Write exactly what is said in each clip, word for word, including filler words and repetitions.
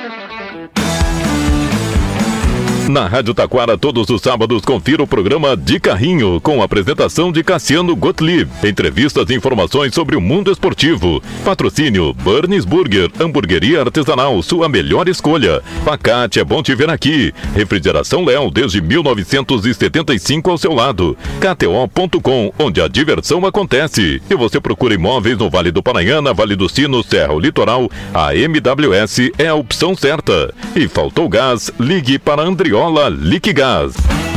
Na Rádio Taquara, todos os sábados, confira o programa De Carrinho, com a apresentação de Cassiano Gottlieb. Entrevistas e informações sobre o mundo esportivo. Patrocínio Burns Burger, hamburgueria artesanal, sua melhor escolha. Pacate, é bom te ver aqui. Refrigeração Léo, desde mil novecentos e setenta e cinco ao seu lado. K T O ponto com, onde a diversão acontece. E você procura imóveis no Vale do Paranhana, Vale do Sino, Serra ou Litoral, a M W S é a opção certa. E faltou gás? Ligue para Andriola Liquigás.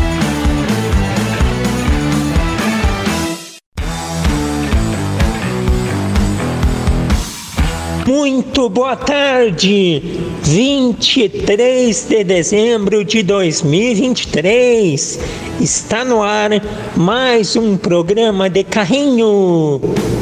Muito boa tarde, vinte e três de dezembro de dois mil e vinte e três, está no ar mais um programa de carrinho.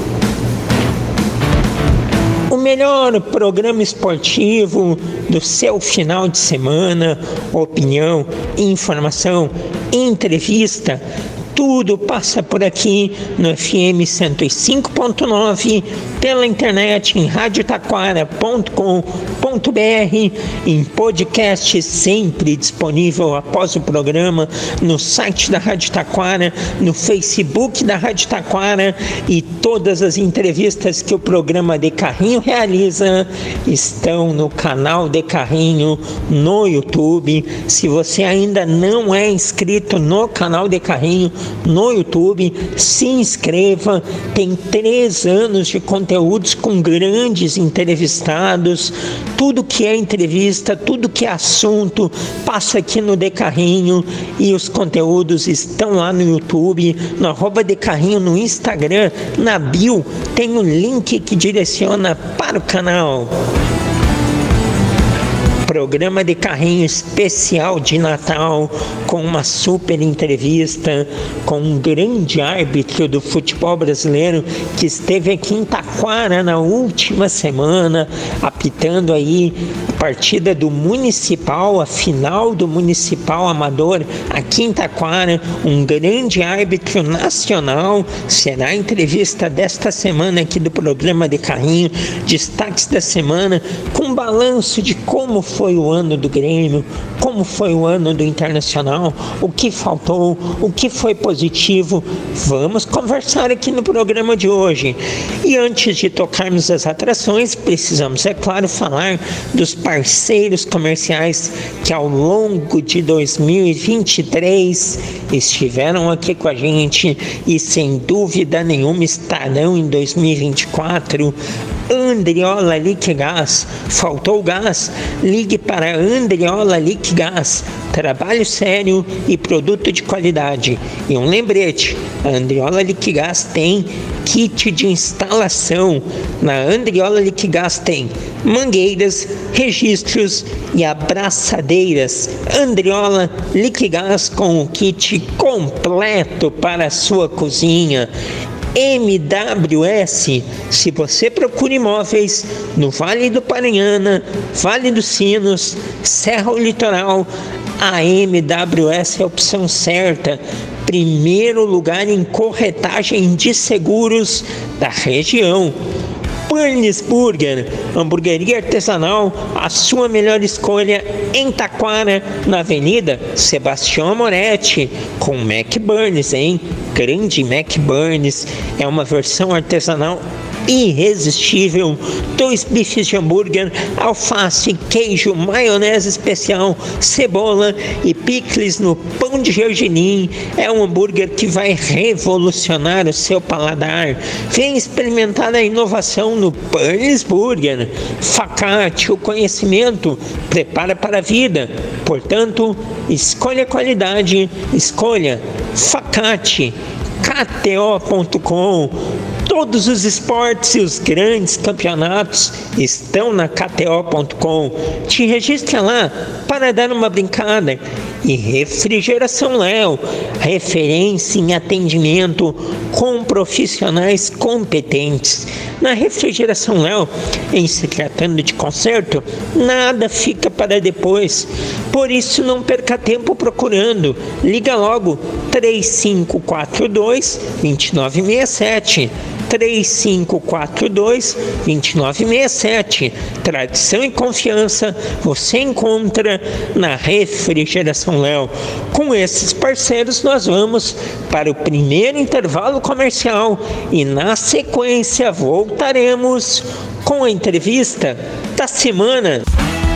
O melhor programa esportivo do seu final de semana, opinião, informação, entrevista, tudo passa por aqui no F M cento e cinco ponto nove, pela internet em rádio taquara ponto com ponto b r, em podcast sempre disponível após o programa, no site da Rádio Taquara, no Facebook da Rádio Taquara, e todas as entrevistas que o programa De Carrinho realiza estão no canal De Carrinho no YouTube. Se você ainda não é inscrito no canal De Carrinho no YouTube, se inscreva. Tem três anos de conteúdos com grandes entrevistados. Tudo que é entrevista, tudo que é assunto, passa aqui no De Carrinho, e os conteúdos estão lá no YouTube, no arroba De Carrinho no Instagram. Na bio tem um link que direciona para o canal. Programa De Carrinho especial de Natal, com uma super entrevista com um grande árbitro do futebol brasileiro que esteve aqui em Taquara na última semana, apitando aí a partida do Municipal, a final do Municipal Amador aqui em Taquara. Um grande árbitro nacional. Será a entrevista desta semana aqui do programa De Carrinho. Destaques da semana, com balanço de como foi foi o ano do Grêmio, como foi o ano do Internacional, o que faltou, o que foi positivo. Vamos conversar aqui no programa de hoje. E antes de tocarmos as atrações, precisamos, é claro, falar dos parceiros comerciais que ao longo de dois mil e vinte e três estiveram aqui com a gente e sem dúvida nenhuma estarão em dois mil e vinte e quatro. Andriola Liquigás. Faltou gás? Ligue para Andriola Liquigás. Trabalho sério e produto de qualidade. E um lembrete, a Andriola Liquigás tem kit de instalação. Na Andriola Liquigás tem mangueiras, registros e abraçadeiras. Andriola Liquigás, com o kit completo para a sua cozinha. M W S, se você procura imóveis no Vale do Paranhana, Vale dos Sinos, Serra ou Litoral, a M W S é a opção certa. Primeiro lugar em corretagem de seguros da região. Burns Burger, hamburgueria artesanal, a sua melhor escolha em Taquara, na Avenida Sebastião Moretti, com McBurns, hein? Grande McBurns, é uma versão artesanal irresistível. Dois bifes de hambúrguer, alface, queijo, maionese especial, cebola e picles no pão de gergelim. É um hambúrguer que vai revolucionar o seu paladar. Vem experimentar a inovação no Burns Burger. Facate, o conhecimento prepara para a vida. Portanto, escolha qualidade, escolha Facate. K T O ponto com. Todos os esportes e os grandes campeonatos estão na K T O ponto com. Te registra lá para dar uma brincada. E Refrigeração Léo, referência em atendimento com profissionais competentes. Na Refrigeração Léo, em se tratando de conserto, nada fica para para depois. Por isso, não perca tempo procurando. Liga logo três cinco quatro dois, dois nove seis sete. três cinco quatro dois, dois nove seis sete. Tradição e confiança você encontra na Refrigeração Léo. Com esses parceiros, nós vamos para o primeiro intervalo comercial e, na sequência, voltaremos com a entrevista da semana.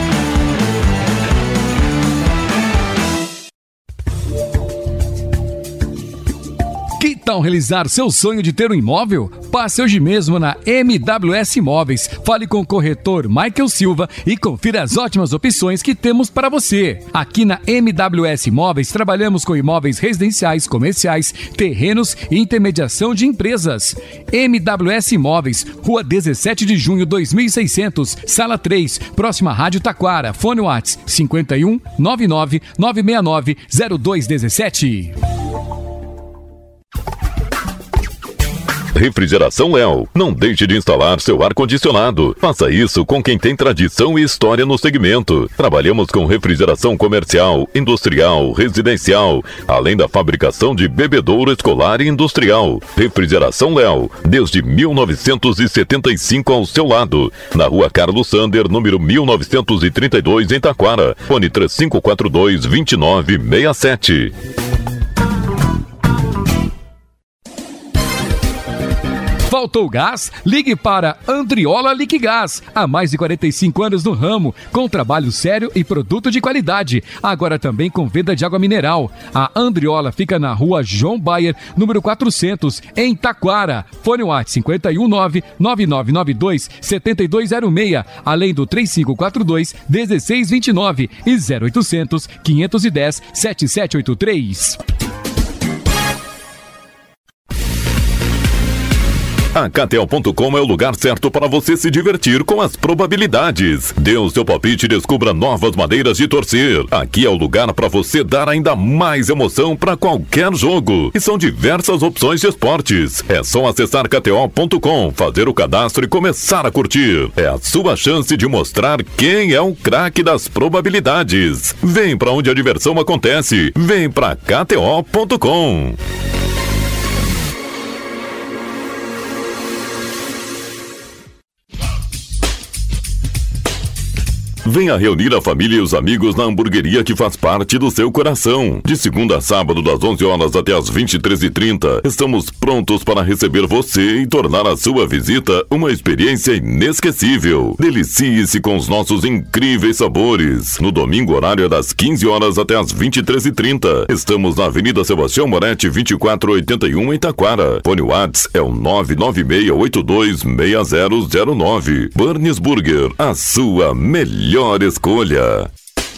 Que tal realizar seu sonho de ter um imóvel? Passe hoje mesmo na M W S Imóveis. Fale com o corretor Michael Silva e confira as ótimas opções que temos para você. Aqui na M W S Imóveis trabalhamos com imóveis residenciais, comerciais, terrenos e intermediação de empresas. M W S Imóveis, Rua dezessete de junho, dois mil e seiscentos, Sala três, próxima à Rádio Taquara. Fone WhatsApp cinco um nove nove nove seis nove zero dois um sete. Refrigeração Léo. Não deixe de instalar seu ar-condicionado. Faça isso com quem tem tradição e história no segmento. Trabalhamos com refrigeração comercial, industrial, residencial, além da fabricação de bebedouro escolar e industrial. Refrigeração Léo, desde mil novecentos e setenta e cinco ao seu lado. Na Rua Carlos Sander, número mil novecentos e trinta e dois, em Taquara. Fone três cinco quatro dois, dois nove seis sete. Faltou gás? Ligue para Andriola Liquigás. Há mais de quarenta e cinco anos no ramo, com trabalho sério e produto de qualidade. Agora também com venda de água mineral. A Andriola fica na Rua João Baier, número quatrocentos, em Taquara. Fone WhatsApp cinco um nove nove nove nove dois sete dois zero seis, além do três cinco quatro dois um seis dois nove e zero oitocentos, quinhentos e dez, setenta e sete oitenta e três. A K T O ponto com é o lugar certo para você se divertir com as probabilidades. Dê o seu palpite e descubra novas maneiras de torcer. Aqui é o lugar para você dar ainda mais emoção para qualquer jogo. E são diversas opções de esportes. É só acessar K T O ponto com, fazer o cadastro e começar a curtir. É a sua chance de mostrar quem é o craque das probabilidades. Vem para onde a diversão acontece. Vem para K T O ponto com. Venha reunir a família e os amigos na hamburgueria que faz parte do seu coração. De segunda a sábado, das onze horas até as vinte e três e trinta, estamos prontos para receber você e tornar a sua visita uma experiência inesquecível. Delicie-se com os nossos incríveis sabores. No domingo, horário é das quinze horas até as vinte e três e trinta. Estamos na Avenida Sebastião Moretti, vinte e quatro oitenta e um, em Taquara. Fone WhatsApp é o nove nove seis oito dois seis zero zero nove. Burns Burger, a sua melhor escolha.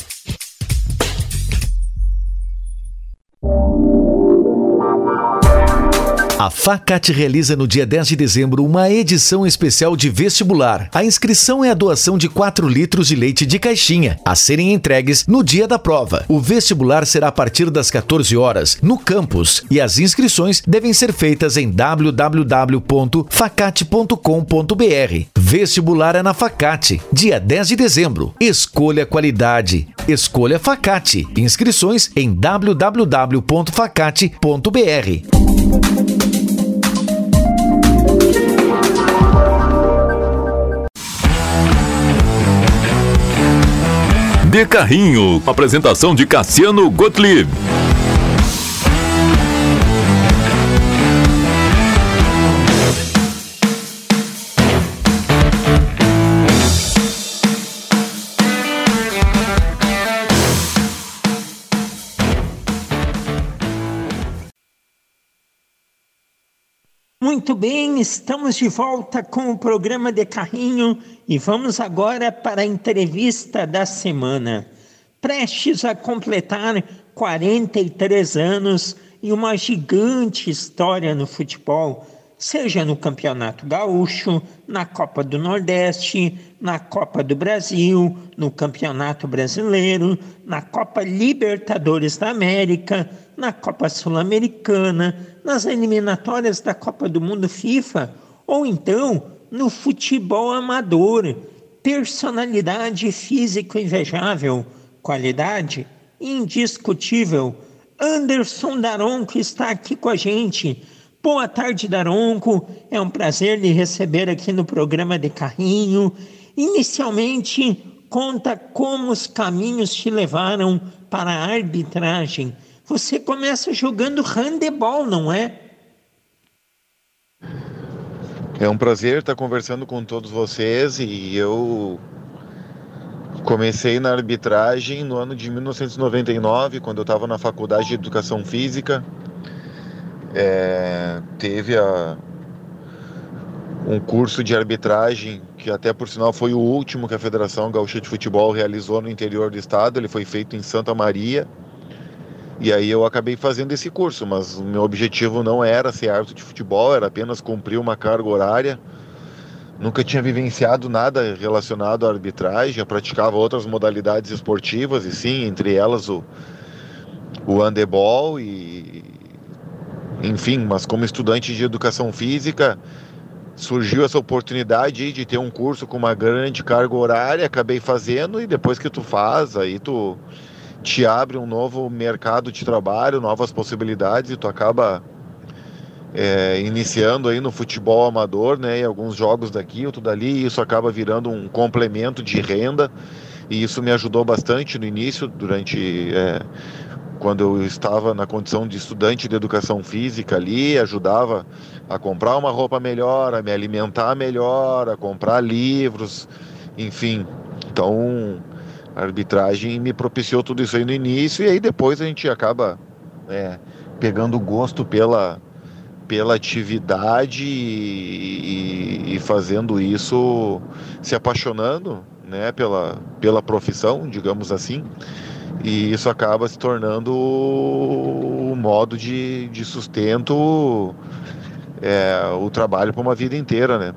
A Facate realiza no dia dez de dezembro uma edição especial de vestibular. A inscrição é a doação de quatro litros de leite de caixinha, a serem entregues no dia da prova. O vestibular será a partir das quatorze horas, no campus, e as inscrições devem ser feitas em w w w ponto facate ponto com ponto b r. Vestibular é na Facate, dia dez de dezembro. Escolha qualidade. Escolha Facate. Inscrições em w w w ponto facate ponto b r. De Carrinho, apresentação de Cassiano Gottlieb. Muito bem, estamos de volta com o programa De Carrinho e vamos agora para a entrevista da semana. Prestes a completar quarenta e três anos e uma gigante história no futebol, seja no Campeonato Gaúcho, na Copa do Nordeste, na Copa do Brasil, no Campeonato Brasileiro, na Copa Libertadores da América, na Copa Sul-Americana, nas eliminatórias da Copa do Mundo FIFA, ou então no futebol amador. personalidade físico invejável, qualidade indiscutível. Anderson Daronco está aqui com a gente. Boa tarde, Daronco. É um prazer lhe receber aqui no programa de Carrinho. Inicialmente, conta como os caminhos te levaram para a arbitragem. Você começa jogando handebol, não é? É um prazer estar conversando com todos vocês e eu comecei na arbitragem no ano de mil novecentos e noventa e nove, quando eu estava na Faculdade de Educação Física. É, teve a, um curso de arbitragem que até por sinal foi o último que a Federação Gaúcha de Futebol realizou no interior do estado. Ele foi feito em Santa Maria. E aí eu acabei fazendo esse curso, mas o meu objetivo não era ser árbitro de futebol, era apenas cumprir uma carga horária. Nunca tinha vivenciado nada relacionado à arbitragem, eu praticava outras modalidades esportivas, e sim, entre elas o, o handebol, e, enfim, mas como estudante de educação física, surgiu essa oportunidade de ter um curso com uma grande carga horária, acabei fazendo, e depois que tu faz, aí tu te abre um novo mercado de trabalho, novas possibilidades, e tu acaba é, iniciando aí no futebol amador, né, e alguns jogos daqui, outro dali, e isso acaba virando um complemento de renda, e isso me ajudou bastante no início, durante é, quando eu estava na condição de estudante de educação física ali, ajudava a comprar uma roupa melhor, a me alimentar melhor, a comprar livros, enfim. Então a arbitragem me propiciou tudo isso aí no início, e aí depois a gente acaba é, pegando gosto pela, pela atividade e, e, e fazendo isso, se apaixonando, né, pela, pela profissão, digamos assim, e isso acaba se tornando o modo de, de sustento, é, o trabalho para uma vida inteira, né?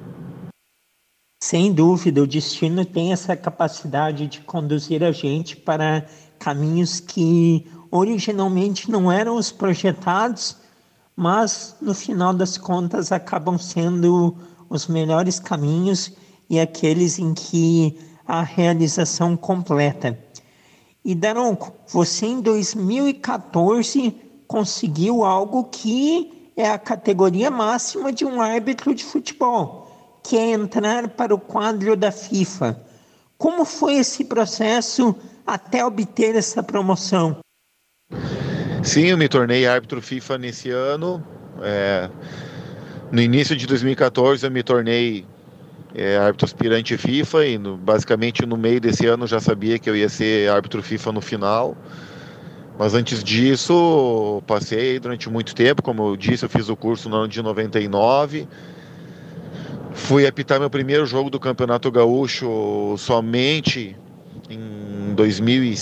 Sem dúvida, o destino tem essa capacidade de conduzir a gente para caminhos que originalmente não eram os projetados, mas no final das contas acabam sendo os melhores caminhos e aqueles em que há realização completa. E Daronco, você em dois mil e quatorze conseguiu algo que é a categoria máxima de um árbitro de futebol, que é entrar para o quadro da FIFA. Como foi esse processo até obter essa promoção? Sim, eu me tornei árbitro FIFA nesse ano. É, no início de dois mil e quatorze eu me tornei é, árbitro aspirante FIFA e no, basicamente no meio desse ano eu já sabia que eu ia ser árbitro FIFA no final. Mas antes disso, passei durante muito tempo, como eu disse, eu fiz o curso no ano de noventa e nove. Fui apitar meu primeiro jogo do Campeonato Gaúcho somente em dois mil e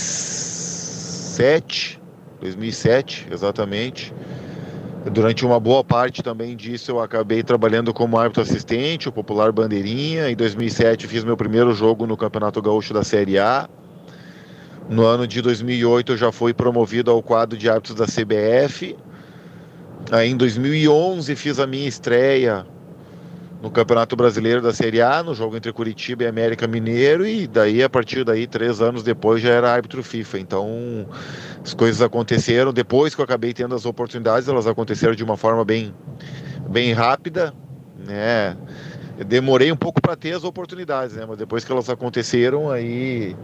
sete, dois mil e sete, exatamente. Durante uma boa parte também disso eu acabei trabalhando como árbitro assistente, o popular bandeirinha. Em dois mil e sete fiz meu primeiro jogo no Campeonato Gaúcho da Série A. No ano de dois mil e oito eu já fui promovido ao quadro de árbitros da C B F. Aí em dois mil e onze fiz a minha estreia no Campeonato Brasileiro da Série A, no jogo entre Curitiba e América Mineiro, e daí, a partir daí, três anos depois, já era árbitro FIFA. Então, as coisas aconteceram, depois que eu acabei tendo as oportunidades, elas aconteceram de uma forma bem, bem rápida, né? Eu demorei um pouco para ter as oportunidades, né? Mas depois que elas aconteceram, aí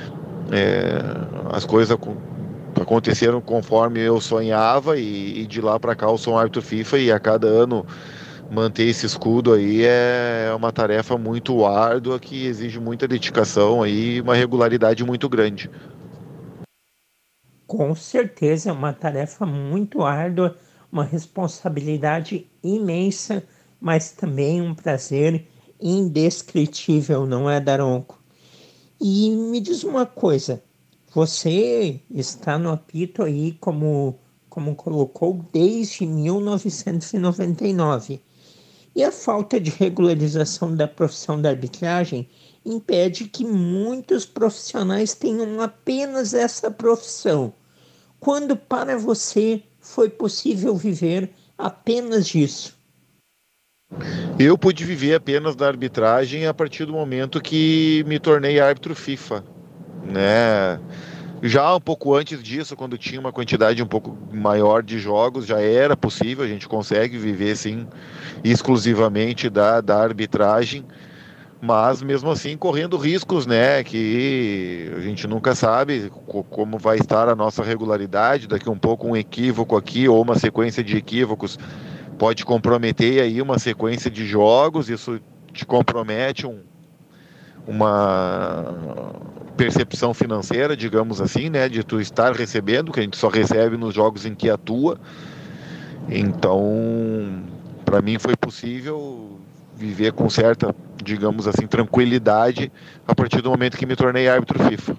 é, as coisas aconteceram conforme eu sonhava, e, e de lá para cá eu sou um árbitro FIFA, e a cada ano manter esse escudo aí é uma tarefa muito árdua, que exige muita dedicação e uma regularidade muito grande. Com certeza é uma tarefa muito árdua, uma responsabilidade imensa, mas também um prazer indescritível, não é, Daronco? E me diz uma coisa, você está no apito aí, como, como colocou, desde mil novecentos e noventa e nove. E a falta de regularização da profissão da arbitragem impede que muitos profissionais tenham apenas essa profissão. Quando para você foi possível viver apenas disso? Eu pude viver apenas da arbitragem a partir do momento que me tornei árbitro FIFA, né? Já um pouco antes disso, quando tinha uma quantidade um pouco maior de jogos, já era possível, a gente consegue viver, sim, exclusivamente da, da arbitragem, mas mesmo assim correndo riscos, né, que a gente nunca sabe co- como vai estar a nossa regularidade, daqui um pouco um equívoco aqui ou uma sequência de equívocos pode comprometer aí uma sequência de jogos, isso te compromete um, uma percepção financeira, digamos assim, né, de tu estar recebendo, que a gente só recebe nos jogos em que atua. Então, para mim foi possível viver com certa, digamos assim, tranquilidade a partir do momento que me tornei árbitro FIFA.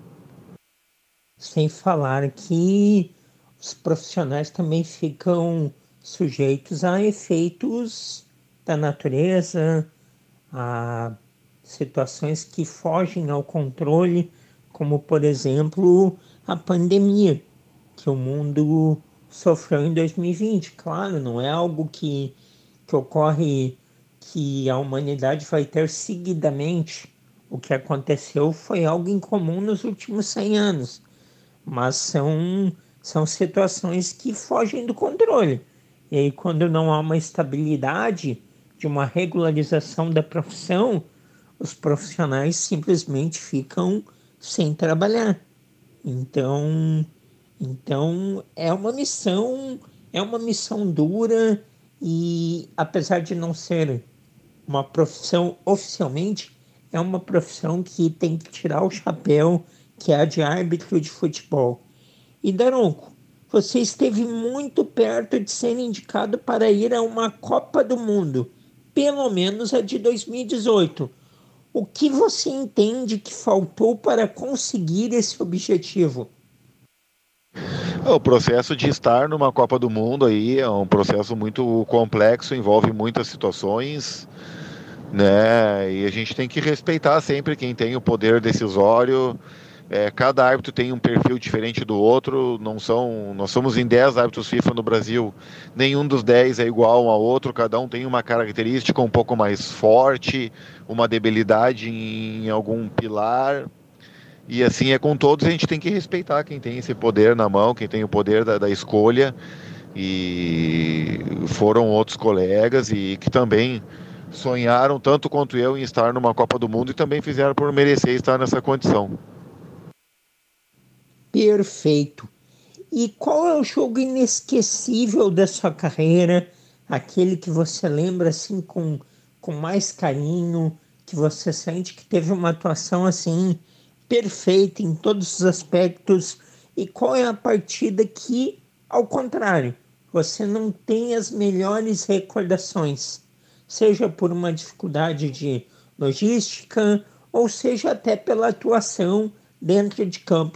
Sem falar que os profissionais também ficam sujeitos a efeitos da natureza, a situações que fogem ao controle, como por exemplo a pandemia que o mundo sofreu em dois mil e vinte. Claro, não é algo que, que ocorre que a humanidade vai ter seguidamente. O que aconteceu foi algo incomum nos últimos cem anos, mas são, são situações que fogem do controle. E aí, quando não há uma estabilidade de uma regularização da profissão, os profissionais simplesmente ficam sem trabalhar. Então, então é uma missão, é uma missão dura e apesar de não ser uma profissão oficialmente, é uma profissão que tem que tirar o chapéu, que é a de árbitro de futebol. E Daronco, você esteve muito perto de ser indicado para ir a uma Copa do Mundo, pelo menos a de dois mil e dezoito. O que você entende que faltou para conseguir esse objetivo? O processo de estar numa Copa do Mundo aí é um processo muito complexo, envolve muitas situações, né? E a gente tem que respeitar sempre quem tem o poder decisório. É, cada árbitro tem um perfil diferente do outro. Não são, nós somos em dez árbitros FIFA no Brasil. Nenhum dos dez é igual um ao outro. Cada um tem uma característica um pouco mais forte, uma debilidade em algum pilar. E assim é com todos. A gente tem que respeitar quem tem esse poder na mão, quem tem o poder da, da escolha. E foram outros colegas e que também sonharam tanto quanto eu em estar numa Copa do Mundo e também fizeram por merecer estar nessa condição. Perfeito. E qual é o jogo inesquecível da sua carreira? Aquele que você lembra assim com, com mais carinho, que você sente que teve uma atuação assim perfeita em todos os aspectos? E qual é a partida que, ao contrário, você não tem as melhores recordações? Seja por uma dificuldade de logística, ou seja até pela atuação dentro de campo.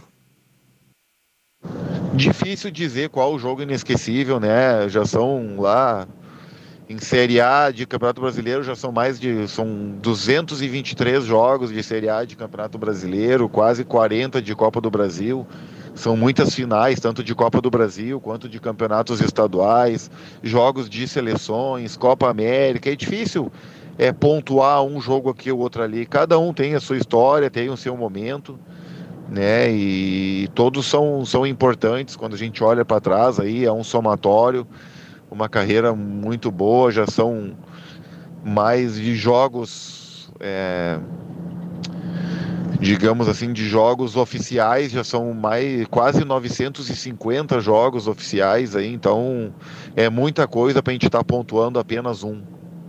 Difícil dizer qual o jogo inesquecível, né? Já são lá em Série A de Campeonato Brasileiro, já são mais de são duzentos e vinte e três jogos de Série A de Campeonato Brasileiro, quase quarenta de Copa do Brasil. São muitas finais, tanto de Copa do Brasil quanto de campeonatos estaduais, jogos de seleções, Copa América. É difícil é, pontuar um jogo aqui ou outro ali. Cada um tem a sua história, tem o seu momento, né? E todos são, são importantes quando a gente olha para trás aí, é um somatório, uma carreira muito boa, já são mais de jogos, é, digamos assim, de jogos oficiais, já são mais quase novecentos e cinquenta jogos oficiais aí, então é muita coisa para a gente estar tá pontuando apenas um.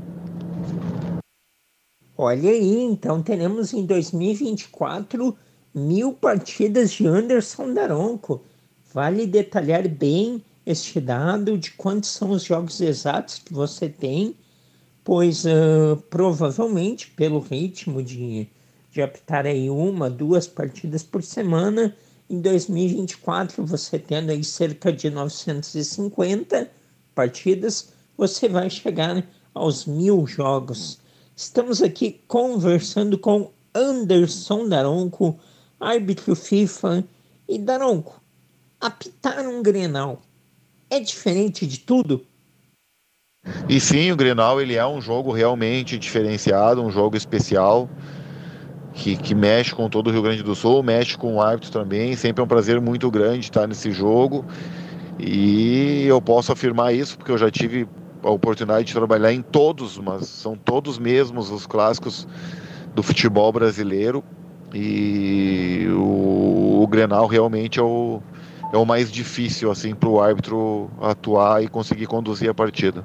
Olha aí, então teremos em dois mil e vinte e quatro mil partidas de Anderson Daronco. Vale detalhar bem este dado de quantos são os jogos exatos que você tem, pois uh, provavelmente pelo ritmo de, de apitar aí uma, duas partidas por semana, em dois mil e vinte e quatro você tendo aí cerca de novecentas e cinquenta partidas, você vai chegar aos mil jogos. Estamos aqui conversando com Anderson Daronco, árbitro FIFA. E Daronco, apitar um Grenal é diferente de tudo? E sim, o Grenal ele é um jogo realmente diferenciado, um jogo especial, que, que mexe com todo o Rio Grande do Sul, mexe com o árbitro também. Sempre é um prazer muito grande estar nesse jogo. E eu posso afirmar isso porque eu já tive a oportunidade de trabalhar em todos, mas são todos mesmos os clássicos do futebol brasileiro. E o, o Grenal realmente é o, é o mais difícil assim, para o árbitro atuar e conseguir conduzir a partida.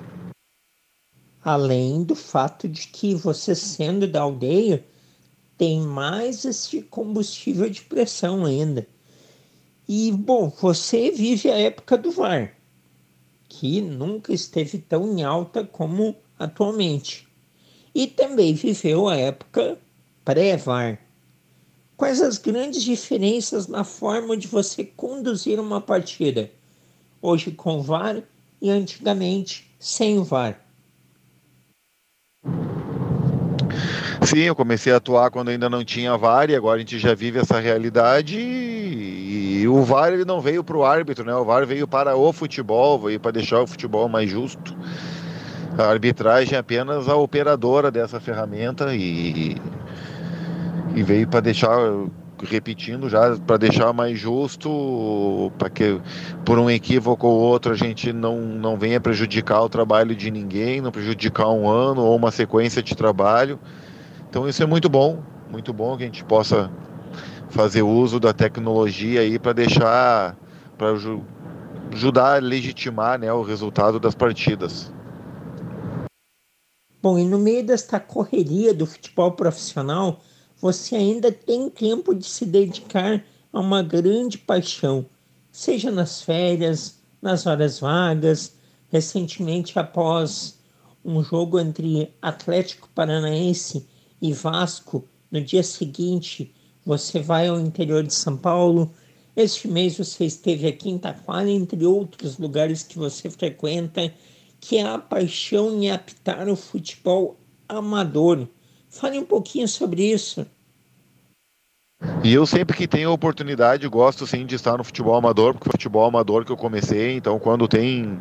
Além do fato de que você, sendo da aldeia, tem mais esse combustível de pressão ainda. E, bom, você vive a época do V A R, que nunca esteve tão em alta como atualmente. E também viveu a época pré-V A R. Quais as grandes diferenças na forma de você conduzir uma partida, hoje com V A R e antigamente sem o V A R? Sim, eu comecei a atuar quando ainda não tinha V A R e agora a gente já vive essa realidade e, e o V A R ele não veio para o árbitro, né? O V A R veio para o futebol, veio para deixar o futebol mais justo. A arbitragem é apenas a operadora dessa ferramenta e, e veio para deixar, repetindo já, para deixar mais justo, para que por um equívoco ou outro a gente não, não venha prejudicar o trabalho de ninguém, não prejudicar um ano ou uma sequência de trabalho. Então isso é muito bom, muito bom que a gente possa fazer uso da tecnologia aí para deixar, para ajudar a legitimar, né, o resultado das partidas. Bom, e no meio desta correria do futebol profissional, você ainda tem tempo de se dedicar a uma grande paixão, seja nas férias, nas horas vagas. Recentemente, após um jogo entre Atlético Paranaense e Vasco, no dia seguinte você vai ao interior de São Paulo. Este mês você esteve aqui em Taquara, entre outros lugares que você frequenta, que é a paixão em apitar o futebol amador. Fale um pouquinho sobre isso. E eu sempre que tenho oportunidade gosto sim de estar no futebol amador, porque é o futebol amador que eu comecei, então quando tem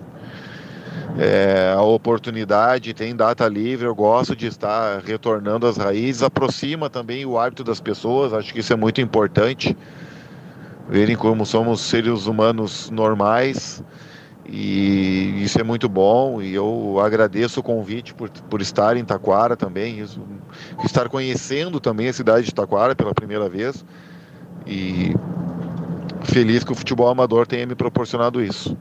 é, a oportunidade, tem data livre, eu gosto de estar retornando às raízes, aproxima também o hábito das pessoas, acho que isso é muito importante, verem como somos seres humanos normais, e isso é muito bom, e eu agradeço o convite por, por estar em Taquara também, isso, estar conhecendo também a cidade de Taquara pela primeira vez, e feliz que o futebol amador tenha me proporcionado isso.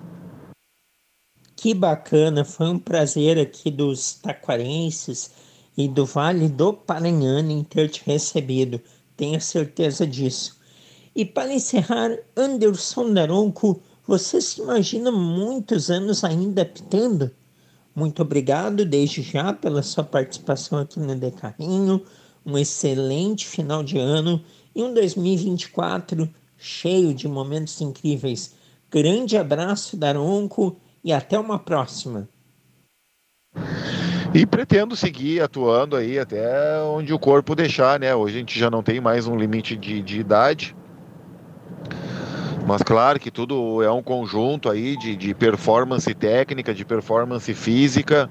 Que bacana, foi um prazer aqui dos taquarenses e do Vale do Paranhana em ter te recebido, tenho certeza disso. E para encerrar, Anderson Daronco, você se imagina muitos anos ainda apitando? Muito obrigado desde já pela sua participação aqui no De Carrinho, um excelente final de ano e um dois mil e vinte e quatro cheio de momentos incríveis. Grande abraço, Daronco, e até uma próxima. E pretendo seguir atuando aí até onde o corpo deixar, né? Hoje a gente já não tem mais um limite de, de idade. Mas claro que tudo é um conjunto aí de, de performance técnica, de performance física.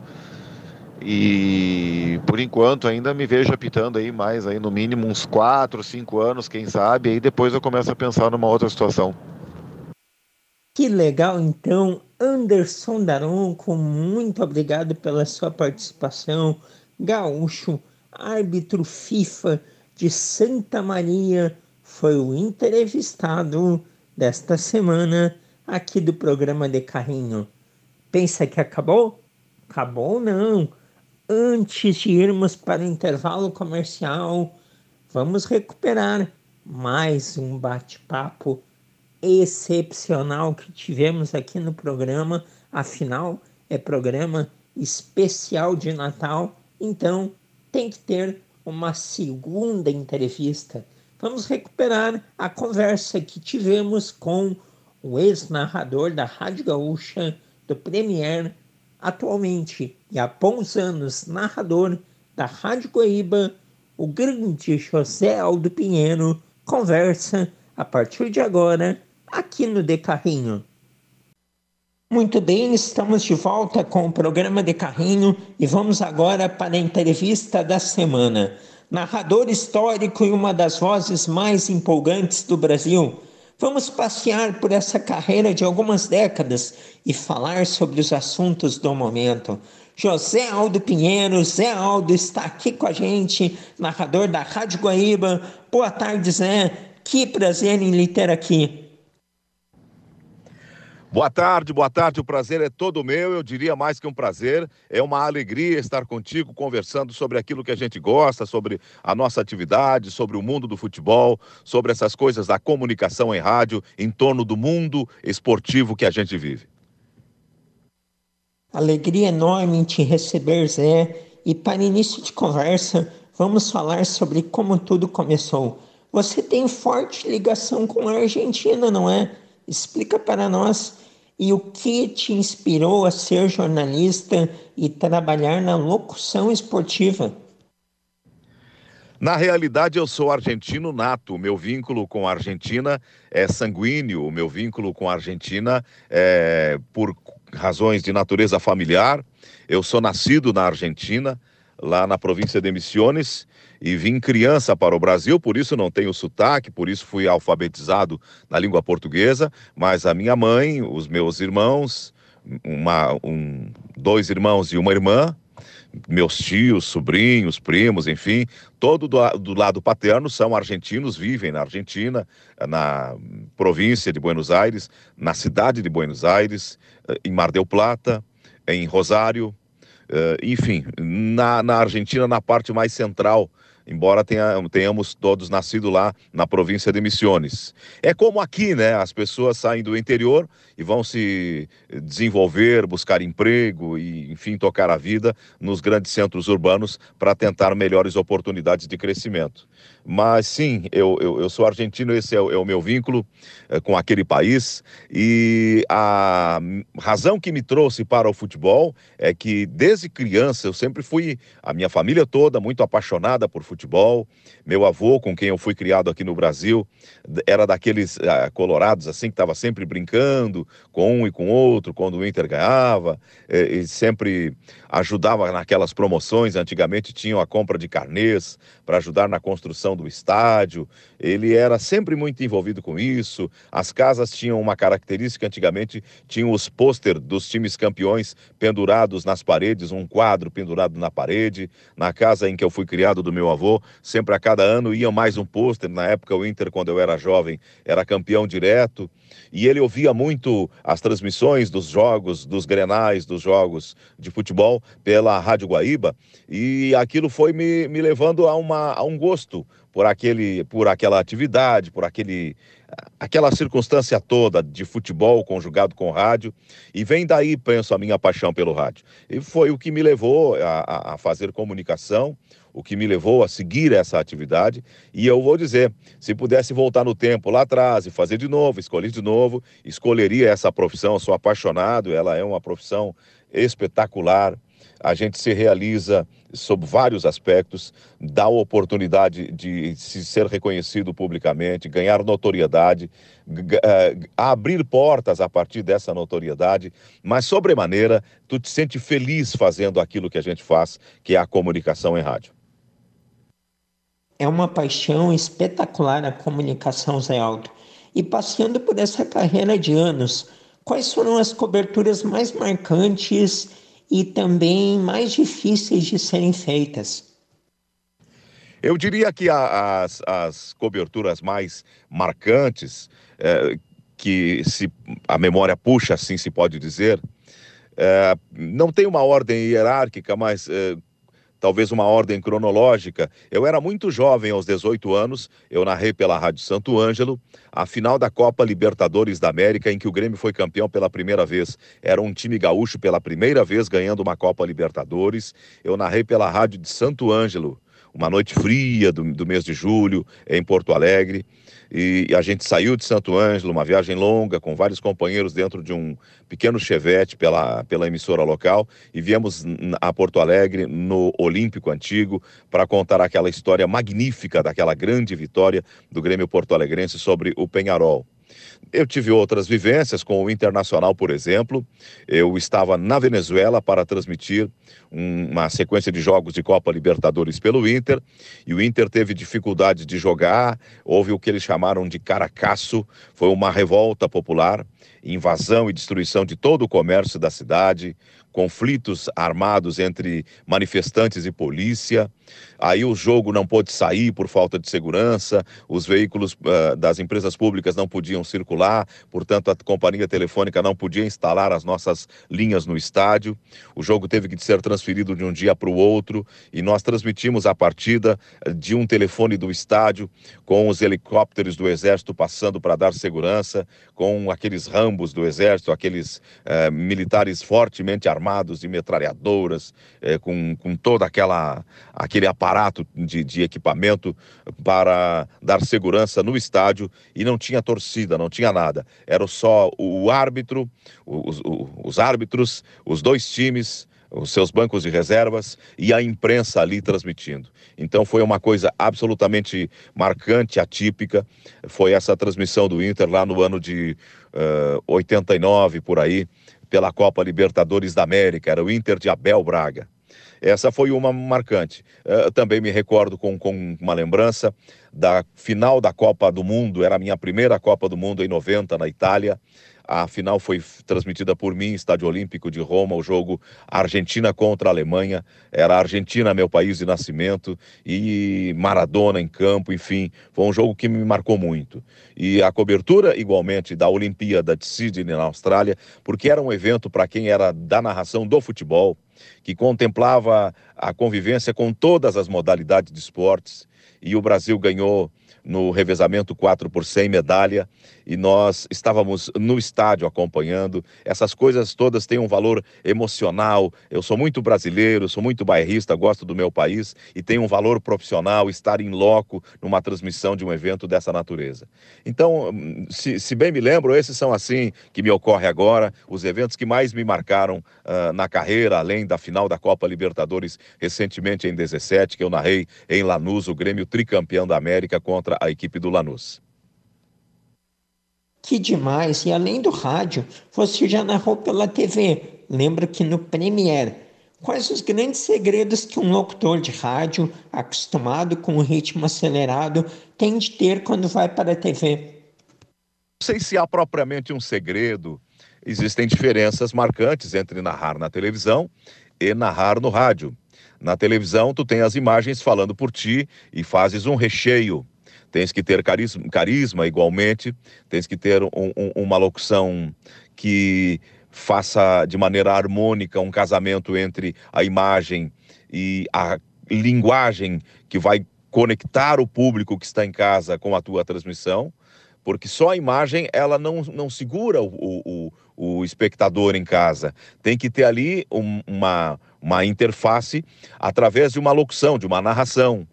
E por enquanto ainda me vejo apitando aí mais, aí no mínimo uns quatro, cinco anos, quem sabe. Aí depois eu começo a pensar numa outra situação. Que legal, então, Anderson Daronco, muito obrigado pela sua participação. Gaúcho, árbitro FIFA de Santa Maria, foi o entrevistado desta semana aqui do programa De Carrinho. Pensa que acabou? Acabou não. Antes de irmos para o intervalo comercial, vamos recuperar mais um bate-papo excepcional que tivemos aqui no programa. Afinal, é programa especial de Natal, então tem que ter uma segunda entrevista. Vamos recuperar a conversa que tivemos com o ex-narrador da Rádio Gaúcha, do Premier, atualmente e há bons anos narrador da Rádio Guaíba, o grande José Aldo Pinheiro. Conversa a partir de agora aqui no De Carrinho. Muito bem, estamos de volta com o programa de carrinho e vamos agora para a entrevista da semana. Narrador histórico e uma das vozes mais empolgantes do Brasil. Vamos passear por essa carreira de algumas décadas e falar sobre os assuntos do momento. José Aldo Pinheiro, Zé Aldo está aqui com a gente, narrador da Rádio Guaíba. Boa tarde, Zé. Que prazer em lhe ter aqui. Boa tarde, boa tarde, o prazer é todo meu, eu diria mais que um prazer, é uma alegria estar contigo conversando sobre aquilo que a gente gosta, sobre a nossa atividade, sobre o mundo do futebol, sobre essas coisas da comunicação em rádio, em torno do mundo esportivo que a gente vive. Alegria enorme em te receber, Zé, e para início de conversa, vamos falar sobre como tudo começou. Você tem forte ligação com a Argentina, não é? Explica para nós. E o que te inspirou a ser jornalista e trabalhar na locução esportiva? Na realidade, eu sou argentino nato. O meu vínculo com a Argentina é sanguíneo. O meu vínculo com a Argentina é por razões de natureza familiar. Eu sou nascido na Argentina, lá na província de Misiones, e vim criança para o Brasil, por isso não tenho sotaque, por isso fui alfabetizado na língua portuguesa, mas a minha mãe, os meus irmãos, uma, um, dois irmãos e uma irmã, meus tios, sobrinhos, primos, enfim, todo do, do lado paterno são argentinos, vivem na Argentina, na província de Buenos Aires, na cidade de Buenos Aires, em Mar del Plata, em Rosário, Uh, enfim, na, na Argentina, na parte mais central, embora tenha, tenhamos todos nascido lá na província de Misiones. É como aqui, né? As pessoas saem do interior e vão se desenvolver, buscar emprego e, enfim, tocar a vida nos grandes centros urbanos para tentar melhores oportunidades de crescimento. Mas sim, eu, eu, eu sou argentino, esse é o, é o meu vínculo é, com aquele país, e a razão que me trouxe para o futebol é que desde criança eu sempre fui, a minha família toda, muito apaixonada por futebol. Meu avô, com quem eu fui criado aqui no Brasil, era daqueles uh, colorados assim, que estava sempre brincando com um e com outro quando o Inter ganhava, e, e sempre ajudava naquelas promoções. Antigamente tinham a compra de carnês para ajudar na construção do estádio. Ele era sempre muito envolvido com isso. As casas tinham uma característica, antigamente tinham os pôster dos times campeões pendurados nas paredes, um quadro pendurado na parede. Na casa em que eu fui criado do meu avô, sempre a cada ano ia mais um pôster. Na época o Inter, quando eu era jovem, era campeão direto, e ele ouvia muito as transmissões dos jogos, dos grenais, dos jogos de futebol pela Rádio Guaíba, e aquilo foi me, me levando a, uma, a um gosto por, aquele, por aquela atividade, por aquele, aquela circunstância toda de futebol conjugado com rádio, e vem daí, penso, a minha paixão pelo rádio. E foi o que me levou a, a fazer comunicação, o que me levou a seguir essa atividade. E eu vou dizer, se pudesse voltar no tempo lá atrás e fazer de novo, escolher de novo, escolheria essa profissão. Eu sou apaixonado, ela é uma profissão espetacular. A gente se realiza sob vários aspectos, dá a oportunidade de se ser reconhecido publicamente, ganhar notoriedade, uh, abrir portas a partir dessa notoriedade, mas sobremaneira tu te sente feliz fazendo aquilo que a gente faz, que é a comunicação em rádio. É uma paixão espetacular a comunicação, Zé Aldo. E passeando por essa carreira de anos, quais foram as coberturas mais marcantes e também mais difíceis de serem feitas? Eu diria que a, as, as coberturas mais marcantes, é, que se a memória puxa, assim se pode dizer, é, não tem uma ordem hierárquica, mas é, talvez uma ordem cronológica. Eu era muito jovem, aos dezoito anos, eu narrei pela Rádio Santo Ângelo a final da Copa Libertadores da América, em que o Grêmio foi campeão pela primeira vez. Era um time gaúcho pela primeira vez ganhando uma Copa Libertadores. Eu narrei pela Rádio de Santo Ângelo, uma noite fria do, do mês de julho, em Porto Alegre, e a gente saiu de Santo Ângelo, uma viagem longa, com vários companheiros dentro de um pequeno chevette pela, pela emissora local, e viemos a Porto Alegre, no Olímpico Antigo, para contar aquela história magnífica daquela grande vitória do Grêmio porto-alegrense sobre o Peñarol. Eu tive outras vivências com o Internacional, por exemplo. Eu estava na Venezuela para transmitir um, uma sequência de jogos de Copa Libertadores pelo Inter, e o Inter teve dificuldade de jogar, houve o que eles chamaram de caracaço, foi uma revolta popular, invasão e destruição de todo o comércio da cidade, conflitos armados entre manifestantes e polícia. Aí o jogo não pôde sair por falta de segurança, os veículos uh, das empresas públicas não podiam circular, portanto a companhia telefônica não podia instalar as nossas linhas no estádio. O jogo teve que ser transferido de um dia para o outro, e nós transmitimos a partida de um telefone do estádio, com os helicópteros do Exército passando para dar segurança, com aqueles rambos do Exército, aqueles uh, militares fortemente armados, armados de metralhadoras, é, com, com todo aquela, aquele aparato de, de equipamento para dar segurança no estádio, e não tinha torcida, não tinha nada. Era só o árbitro, os, os, os árbitros, os dois times, os seus bancos de reservas e a imprensa ali transmitindo. Então foi uma coisa absolutamente marcante, atípica. Foi essa transmissão do Inter lá no ano de uh, oitenta e nove, por aí, pela Copa Libertadores da América, era o Inter de Abel Braga. Essa foi uma marcante. Uh, também me recordo com, com uma lembrança da final da Copa do Mundo, era a minha primeira Copa do Mundo em noventa, na Itália. A final foi transmitida por mim, Estádio Olímpico de Roma, o jogo Argentina contra a Alemanha. Era a Argentina, meu país de nascimento, e Maradona em campo, enfim, foi um jogo que me marcou muito. E a cobertura, igualmente, da Olimpíada de Sydney, na Austrália, porque era um evento para quem era da narração do futebol, que contemplava a convivência com todas as modalidades de esportes, e o Brasil ganhou no revezamento quatro por cem medalha, e nós estávamos no estádio acompanhando. Essas coisas todas têm um valor emocional. Eu sou muito brasileiro, sou muito bairrista, gosto do meu país, e tem um valor profissional estar em loco numa transmissão de um evento dessa natureza. Então, se, se bem me lembro, esses são assim que me ocorre agora, os eventos que mais me marcaram uh, na carreira, além da final da Copa Libertadores recentemente em dezessete, que eu narrei em Lanús, o Grêmio tricampeão da América contra a equipe do Lanús. Que demais! E além do rádio, você já narrou pela T V. Lembra que no Premiere. Quais os grandes segredos que um locutor de rádio, acostumado com o ritmo acelerado, tem de ter quando vai para a T V? Não sei se há propriamente um segredo. Existem diferenças marcantes entre narrar na televisão e narrar no rádio. Na televisão, tu tem as imagens falando por ti e fazes um recheio. Tens que ter carisma, carisma igualmente, tens que ter um, um, uma locução que faça de maneira harmônica um casamento entre a imagem e a linguagem que vai conectar o público que está em casa com a tua transmissão, porque só a imagem ela não, não segura o, o, o espectador em casa. Tem que ter ali um, uma, uma interface através de uma locução, de uma narração.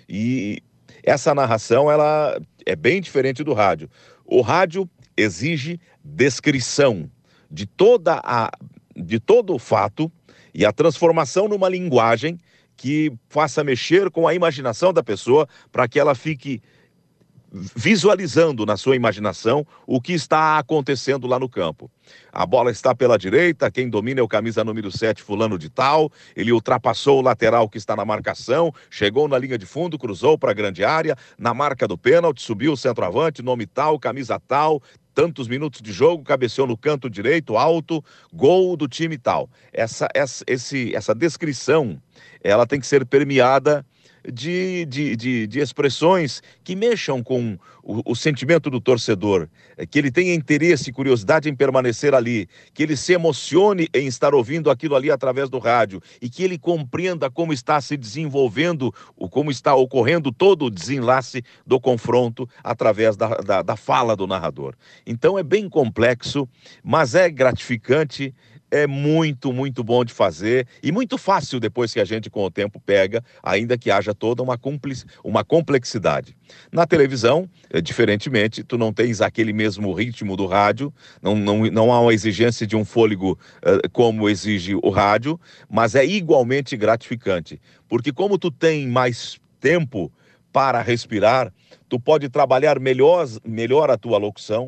E essa narração ela é bem diferente do rádio. O rádio exige descrição de, toda a, de todo o fato e a transformação numa linguagem que faça mexer com a imaginação da pessoa para que ela fique visualizando na sua imaginação o que está acontecendo lá no campo. A bola está pela direita, quem domina é o camisa número sete, fulano de tal, ele ultrapassou o lateral que está na marcação, chegou na linha de fundo, cruzou para a grande área, na marca do pênalti, subiu o centroavante, nome tal, camisa tal, tantos minutos de jogo, cabeceou no canto direito, alto, gol do time tal. Essa, essa, esse, essa descrição, ela tem que ser permeada De, de, de, de expressões que mexam com o, o sentimento do torcedor, que ele tenha interesse e curiosidade em permanecer ali, que ele se emocione em estar ouvindo aquilo ali através do rádio e que ele compreenda como está se desenvolvendo, como está ocorrendo todo o desenlace do confronto através da, da, da fala do narrador. Então é bem complexo, mas é gratificante. É muito, muito bom de fazer e muito fácil depois que a gente com o tempo pega, ainda que haja toda uma, uma complexidade. Na televisão, diferentemente, tu não tens aquele mesmo ritmo do rádio, não, não, não há uma exigência de um fôlego uh, como exige o rádio, mas é igualmente gratificante, porque como tu tem mais tempo para respirar, tu pode trabalhar melhor, melhor a tua locução,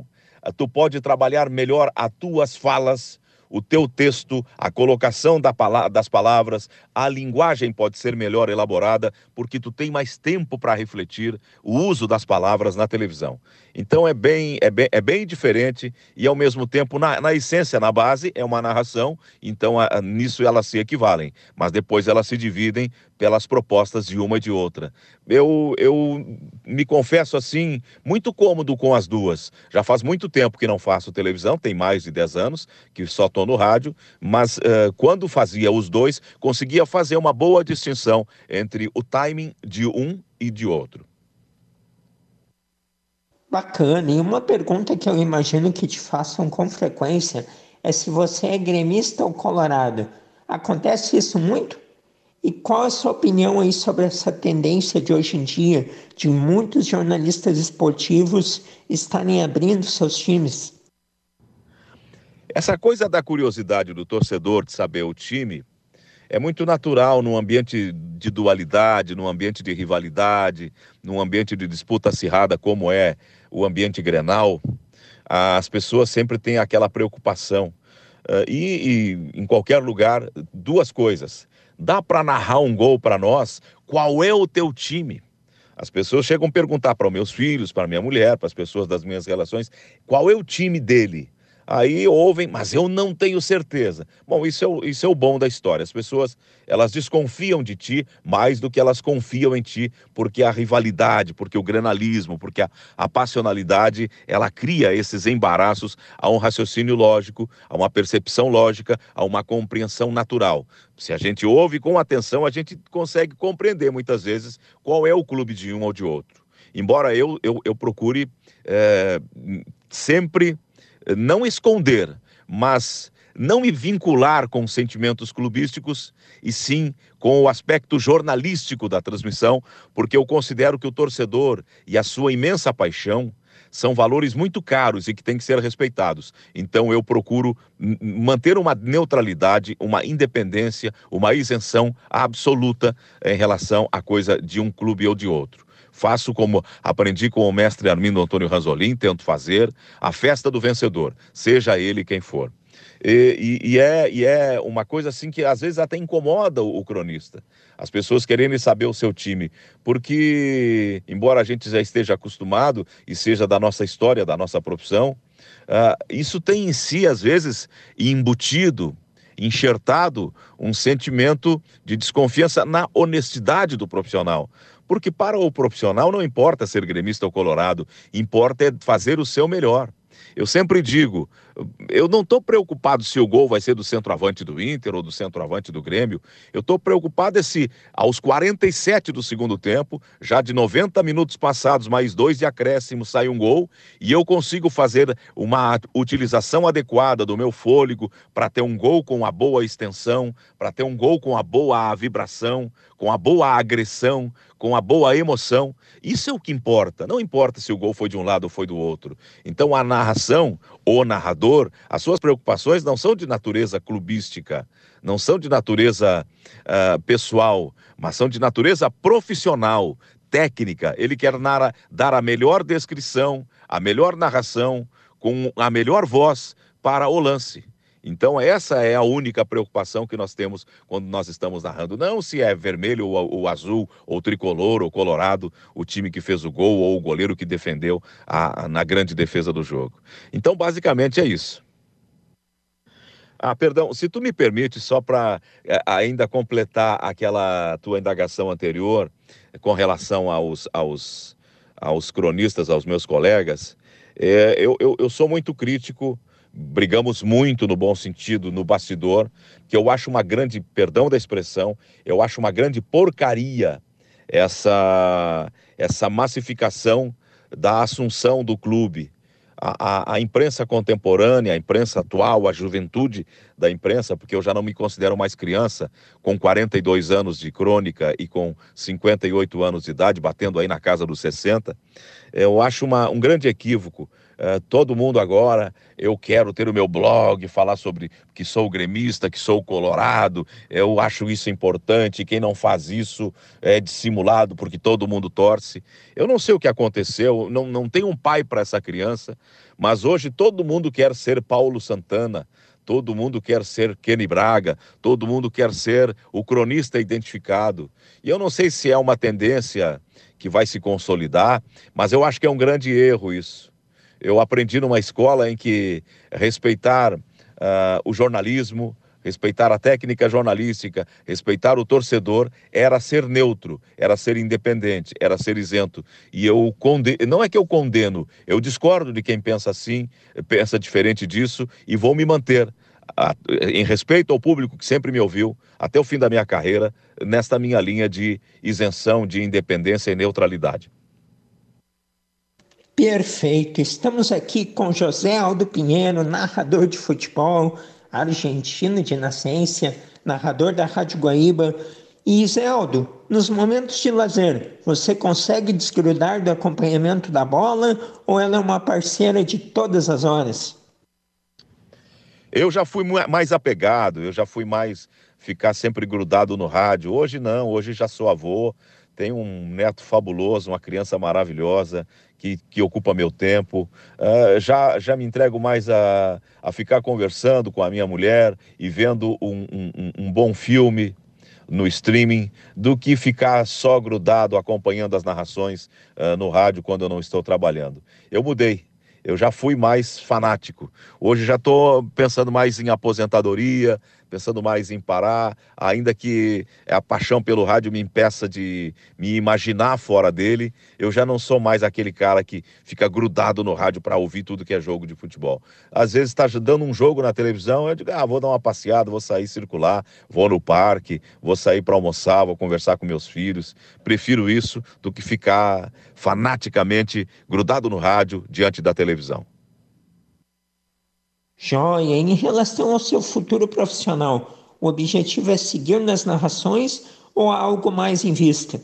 tu pode trabalhar melhor as tuas falas, o teu texto, a colocação da pala- das palavras, a linguagem pode ser melhor elaborada, porque tu tem mais tempo para refletir o uso das palavras na televisão. Então é bem, é bem, é bem diferente e, ao mesmo tempo, na, na essência, na base, é uma narração, então a, a, nisso elas se equivalem, mas depois elas se dividem pelas propostas de uma e de outra. Eu, eu me confesso assim, muito cômodo com as duas. Já faz muito tempo que não faço televisão, tem mais de dez anos que só estou no rádio, mas uh, quando fazia os dois, conseguia fazer uma boa distinção entre o timing de um e de outro. Bacana. E uma pergunta que eu imagino que te façam com frequência é se você é gremista ou colorado. Acontece isso muito? E qual a sua opinião aí sobre essa tendência de hoje em dia de muitos jornalistas esportivos estarem abrindo seus times? Essa coisa da curiosidade do torcedor de saber o time é muito natural num ambiente de dualidade, num ambiente de rivalidade, num ambiente de disputa acirrada como é o ambiente Grenal. As pessoas sempre têm aquela preocupação. Uh, e, e em qualquer lugar, duas coisas. Dá para narrar um gol para nós? Qual é o teu time? As pessoas chegam a perguntar para os meus filhos, para minha mulher, para as pessoas das minhas relações, qual é o time dele? Aí ouvem, mas eu não tenho certeza. Bom, isso é, o, isso é o bom da história. As pessoas, elas desconfiam de ti mais do que elas confiam em ti, porque a rivalidade, porque o grenalismo, porque a, a passionalidade, ela cria esses embaraços a um raciocínio lógico, a uma percepção lógica, a uma compreensão natural. Se a gente ouve com atenção, a gente consegue compreender muitas vezes qual é o clube de um ou de outro. Embora eu, eu, eu procure é, sempre não esconder, mas não me vincular com sentimentos clubísticos e sim com o aspecto jornalístico da transmissão, porque eu considero que o torcedor e a sua imensa paixão são valores muito caros e que têm que ser respeitados. Então eu procuro manter uma neutralidade, uma independência, uma isenção absoluta em relação à coisa de um clube ou de outro. Faço como aprendi com o mestre Armindo Antônio Ranzolin, tento fazer a festa do vencedor, seja ele quem for. E, e, e, é, e é uma coisa assim que às vezes até incomoda o, o cronista. As pessoas querendo saber o seu time, porque embora a gente já esteja acostumado e seja da nossa história, da nossa profissão, uh, isso tem em si às vezes embutido, enxertado um sentimento de desconfiança na honestidade do profissional. Porque para o profissional não importa ser gremista ou colorado, importa é fazer o seu melhor. Eu sempre digo, eu não estou preocupado se o gol vai ser do centroavante do Inter ou do centroavante do Grêmio. Eu estou preocupado é se aos quarenta e sete do segundo tempo, já de noventa minutos passados, mais dois de acréscimo, sai um gol e eu consigo fazer uma utilização adequada do meu fôlego para ter um gol com a boa extensão, para ter um gol com a boa vibração, com a boa agressão, com a boa emoção. Isso é o que importa. Não importa se o gol foi de um lado ou foi do outro. Então a narração, o narrador, as suas preocupações não são de natureza clubística, não são de natureza uh, pessoal, mas são de natureza profissional, técnica. Ele quer narra, dar a melhor descrição, a melhor narração, com a melhor voz para o lance. Então essa é a única preocupação que nós temos quando nós estamos narrando. Não se é vermelho ou, ou azul, ou tricolor, ou colorado, o time que fez o gol ou o goleiro que defendeu a, a, na grande defesa do jogo. Então basicamente é isso. Ah, perdão, se tu me permite, só para é, ainda completar aquela tua indagação anterior com relação aos, aos, aos cronistas, aos meus colegas, é, eu, eu, eu sou muito crítico. Brigamos muito no bom sentido no bastidor, que eu acho uma grande, perdão da expressão, eu acho uma grande porcaria essa, essa massificação da assunção do clube. A, a, a imprensa contemporânea, a imprensa atual, a juventude da imprensa, porque eu já não me considero mais criança, com quarenta e dois anos de crônica e com cinquenta e oito anos de idade, batendo aí na casa dos sessenta, eu acho uma, um grande equívoco Uh, todo mundo agora, eu quero ter o meu blog, falar sobre que sou gremista, que sou colorado, eu acho isso importante, quem não faz isso é dissimulado porque todo mundo torce. Eu não sei o que aconteceu, não, não tenho um pai para essa criança, mas hoje todo mundo quer ser Paulo Santana, todo mundo quer ser Kenny Braga, todo mundo quer ser o cronista identificado. E eu não sei se é uma tendência que vai se consolidar, mas eu acho que é um grande erro isso. Eu aprendi numa escola em que respeitar uh, o jornalismo, respeitar a técnica jornalística, respeitar o torcedor, era ser neutro, era ser independente, era ser isento. E eu condeno, não é que eu condeno, eu discordo de quem pensa assim, pensa diferente disso, e vou me manter, a, em respeito ao público que sempre me ouviu, até o fim da minha carreira, nesta minha linha de isenção, de independência e neutralidade. Perfeito, estamos aqui com José Aldo Pinheiro, narrador de futebol, argentino de nascença, narrador da Rádio Guaíba. E Zé Aldo, nos momentos de lazer, você consegue desgrudar do acompanhamento da bola ou ela é uma parceira de todas as horas? Eu já fui mais apegado, eu já fui mais ficar sempre grudado no rádio. Hoje não, hoje já sou avô, tenho um neto fabuloso, uma criança maravilhosa, que, que ocupa meu tempo. Uh, já, já me entrego mais a, a ficar conversando com a minha mulher e vendo um, um, um bom filme no streaming, do que ficar só grudado acompanhando as narrações uh, no rádio quando eu não estou trabalhando. Eu mudei. Eu já fui mais fanático. Hoje já estou pensando mais em aposentadoria, pensando mais em parar, ainda que a paixão pelo rádio me impeça de me imaginar fora dele. Eu já não sou mais aquele cara que fica grudado no rádio para ouvir tudo que é jogo de futebol. Às vezes está dando um jogo na televisão, eu digo, ah, vou dar uma passeada, vou sair circular, vou no parque, vou sair para almoçar, vou conversar com meus filhos. Prefiro isso do que ficar fanaticamente grudado no rádio diante da televisão. Joia, em relação ao seu futuro profissional, o objetivo é seguir nas narrações ou há algo mais em vista?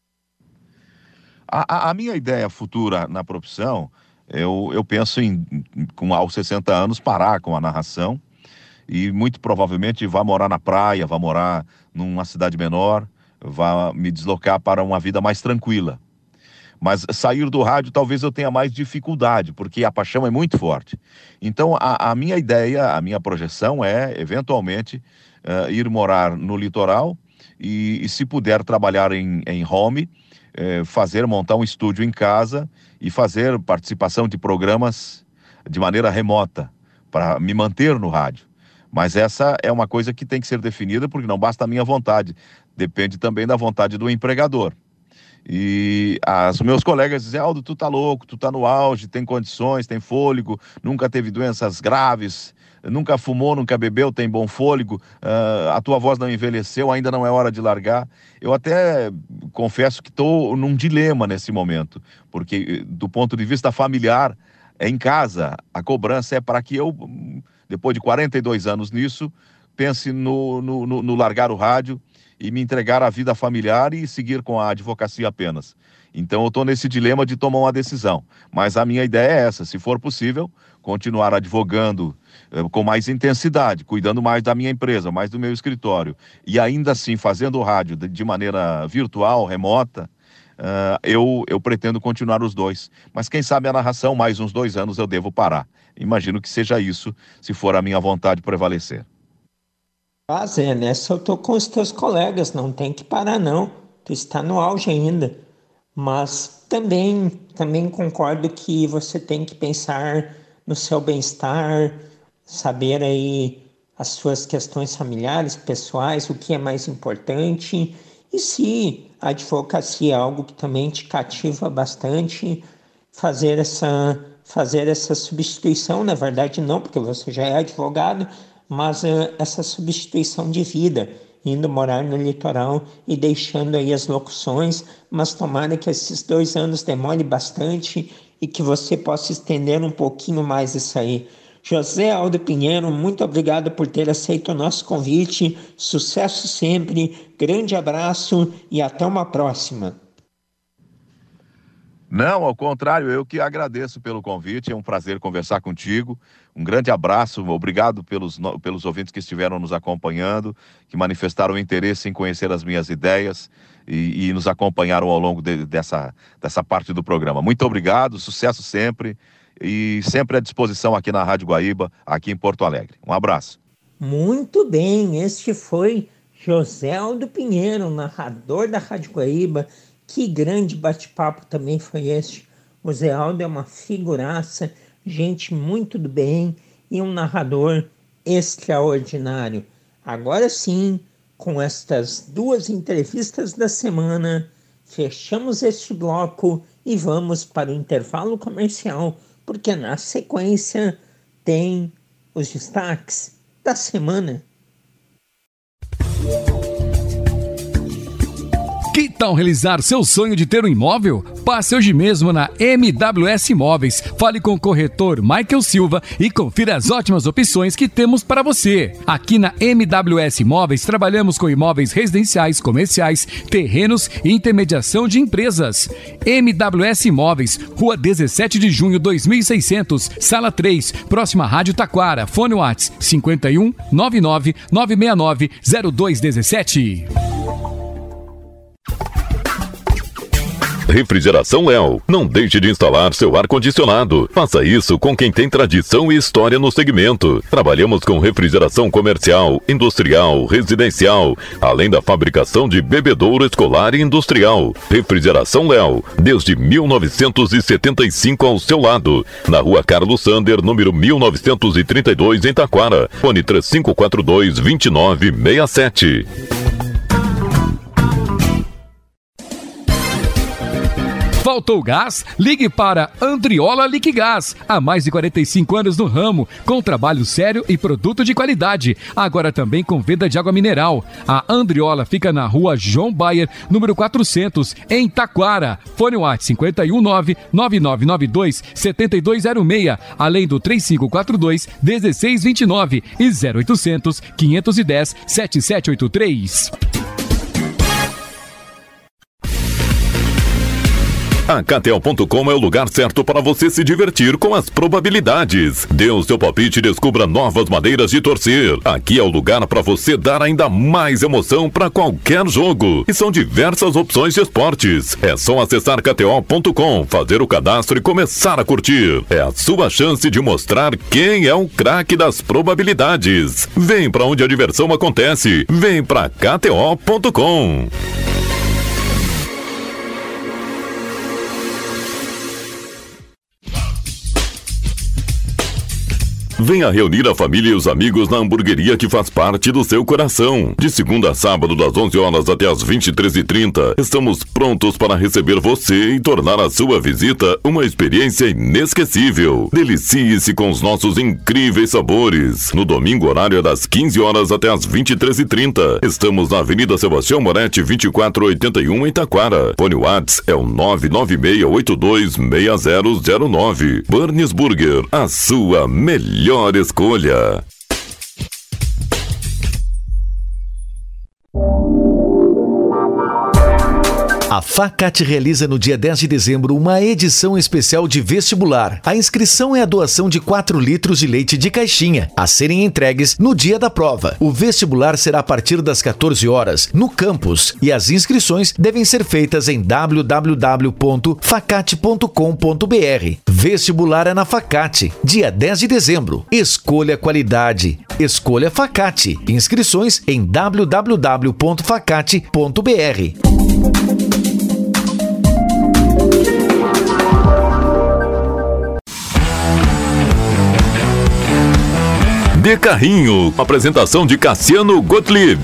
A, a, a minha ideia futura na profissão, eu, eu penso em, com aos sessenta anos, parar com a narração e muito provavelmente vá morar na praia, vá morar numa cidade menor, vá me deslocar para uma vida mais tranquila. Mas sair do rádio talvez eu tenha mais dificuldade, porque a paixão é muito forte. Então a, a minha ideia, a minha projeção é, eventualmente, uh, ir morar no litoral e, e se puder, trabalhar em, em home, uh, fazer, montar um estúdio em casa e fazer participação de programas de maneira remota, para me manter no rádio. Mas essa é uma coisa que tem que ser definida, porque não basta a minha vontade, depende também da vontade do empregador. E os meus colegas dizem, Aldo, tu tá louco, tu tá no auge, tem condições, tem fôlego, nunca teve doenças graves, nunca fumou, nunca bebeu, tem bom fôlego, uh, a tua voz não envelheceu, ainda não é hora de largar. Eu até confesso que estou num dilema nesse momento, porque do ponto de vista familiar, é em casa, a cobrança é para que eu, depois de quarenta e dois anos nisso, pense no, no, no, no largar o rádio e me entregar à vida familiar e seguir com a advocacia apenas. Então eu estou nesse dilema de tomar uma decisão. Mas a minha ideia é essa, se for possível, continuar advogando eh, com mais intensidade, cuidando mais da minha empresa, mais do meu escritório, e ainda assim fazendo o rádio de, de maneira virtual, remota, uh, eu, eu pretendo continuar os dois. Mas quem sabe a narração, mais uns dois anos eu devo parar. Imagino que seja isso, se for a minha vontade prevalecer. Ah, Zé, nessa eu tô com os teus colegas, não tem que parar não, tu está no auge ainda, mas também, também concordo que você tem que pensar no seu bem-estar, saber aí as suas questões familiares, pessoais, o que é mais importante, e se a advocacia é algo que também te cativa bastante, fazer essa, fazer essa substituição, na verdade não, porque você já é advogado, mas uh, essa substituição de vida, indo morar no litoral e deixando aí as locuções, mas tomara que esses dois anos demore bastante e que você possa estender um pouquinho mais isso aí. José Aldo Pinheiro, muito obrigado por ter aceito o nosso convite, sucesso sempre, grande abraço e até uma próxima. Não, ao contrário, eu que agradeço pelo convite, é um prazer conversar contigo. Um grande abraço, obrigado pelos, pelos ouvintes que estiveram nos acompanhando, que manifestaram interesse em conhecer as minhas ideias e, e nos acompanharam ao longo de, dessa, dessa parte do programa. Muito obrigado, sucesso sempre e sempre à disposição aqui na Rádio Guaíba, aqui em Porto Alegre. Um abraço. Muito bem, este foi Joseldo Pinheiro, narrador da Rádio Guaíba. Que grande bate-papo também foi este. O Zé Aldo é uma figuraça, gente muito do bem e um narrador extraordinário. Agora sim, com estas duas entrevistas da semana, fechamos este bloco e vamos para o intervalo comercial, porque na sequência tem os destaques da semana. Que tal realizar seu sonho de ter um imóvel? Passe hoje mesmo na M W S Imóveis. Fale com o corretor Michael Silva e confira as ótimas opções que temos para você. Aqui na M W S Imóveis trabalhamos com imóveis residenciais, comerciais, terrenos e intermediação de empresas. M W S Imóveis, Rua dezessete de junho, dois mil e seiscentos, Sala três, próxima à Rádio Taquara. Fone WhatsApp cinco um nove nove nove seis nove zero dois um sete. Refrigeração Léo. Não deixe de instalar seu ar-condicionado. Faça isso com quem tem tradição e história no segmento. Trabalhamos com refrigeração comercial, industrial, residencial, além da fabricação de bebedouro escolar e industrial. Refrigeração Léo, desde mil novecentos e setenta e cinco ao seu lado. Na Rua Carlos Sander, número mil novecentos e trinta e dois, em Taquara. Fone três cinco quatro dois, dois nove seis sete. Faltou gás? Ligue para Andriola Liquigás. Há mais de quarenta e cinco anos no ramo, com trabalho sério e produto de qualidade. Agora também com venda de água mineral. A Andriola fica na Rua João Baier, número quatrocentos, em Taquara. Fone WhatsApp cinco um nove nove nove nove dois sete dois zero seis, além do três cinco quatro dois um seis dois nove e zero oitocentos, quinhentos e dez, sete sete oito três. A K T O ponto com é o lugar certo para você se divertir com as probabilidades. Dê o seu palpite e descubra novas maneiras de torcer. Aqui é o lugar para você dar ainda mais emoção para qualquer jogo. E são diversas opções de esportes. É só acessar K T O ponto com, fazer o cadastro e começar a curtir. É a sua chance de mostrar quem é o craque das probabilidades. Vem para onde a diversão acontece. Vem para K T O ponto com. Venha reunir a família e os amigos na hamburgueria que faz parte do seu coração. De segunda a sábado, das onze horas até as vinte e três e trinta, estamos prontos para receber você e tornar a sua visita uma experiência inesquecível. Delicie-se com os nossos incríveis sabores. No domingo, horário é das quinze horas até as vinte e três e trinta. Estamos na Avenida Sebastião Moretti, vinte e quatro oitenta e um, em Taquara. Fone WhatsApp é o nove nove seis oito dois seis zero zero nove. Burnes Burger, a sua melhor Melhor escolha. A Facate realiza no dia dez de dezembro uma edição especial de vestibular. A inscrição é a doação de quatro litros de leite de caixinha, a serem entregues no dia da prova. O vestibular será a partir das quatorze horas, no campus, e as inscrições devem ser feitas em w w w ponto facate ponto com ponto b r. Vestibular é na Facate, dia dez de dezembro. Escolha qualidade. Escolha Facate. Inscrições em w w w ponto facate ponto b r. De Carrinho, apresentação de Cassiano Gottlieb.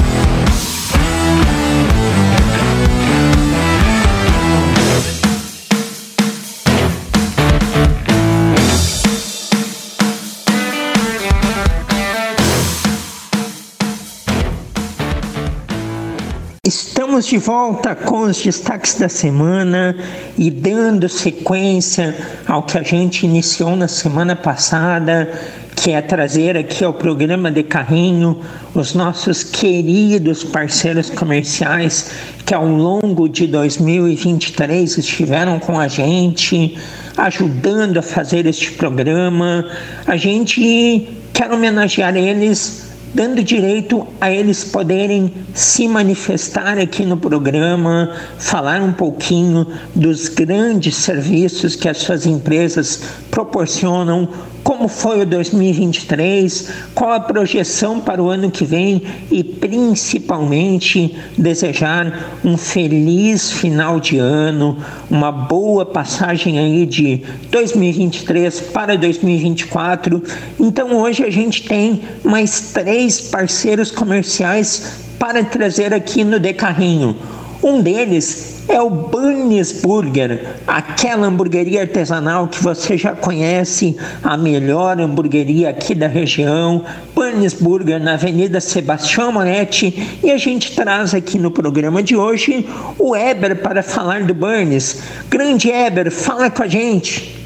Estamos de volta com os destaques da semana e dando sequência ao que a gente iniciou na semana passada. que é trazer aqui ao programa de carrinho os nossos queridos parceiros comerciais que ao longo de dois mil e vinte e três estiveram com a gente, ajudando a fazer este programa. A gente quer homenagear eles, dando direito a eles poderem se manifestar aqui no programa, falar um pouquinho dos grandes serviços que as suas empresas proporcionam, como foi o dois mil e vinte e três, qual a projeção para o ano que vem e principalmente desejar um feliz final de ano, uma boa passagem aí de dois mil e vinte e três para dois mil e vinte e quatro. Então hoje a gente tem mais três parceiros comerciais para trazer aqui no De Carrinho. Um deles é o Burns Burger, aquela hamburgueria artesanal que você já conhece, a melhor hamburgueria aqui da região. Burns Burger na Avenida Sebastião Moretti, e a gente traz aqui no programa de hoje o Eber para falar do Burns. Grande Eber, fala com a gente.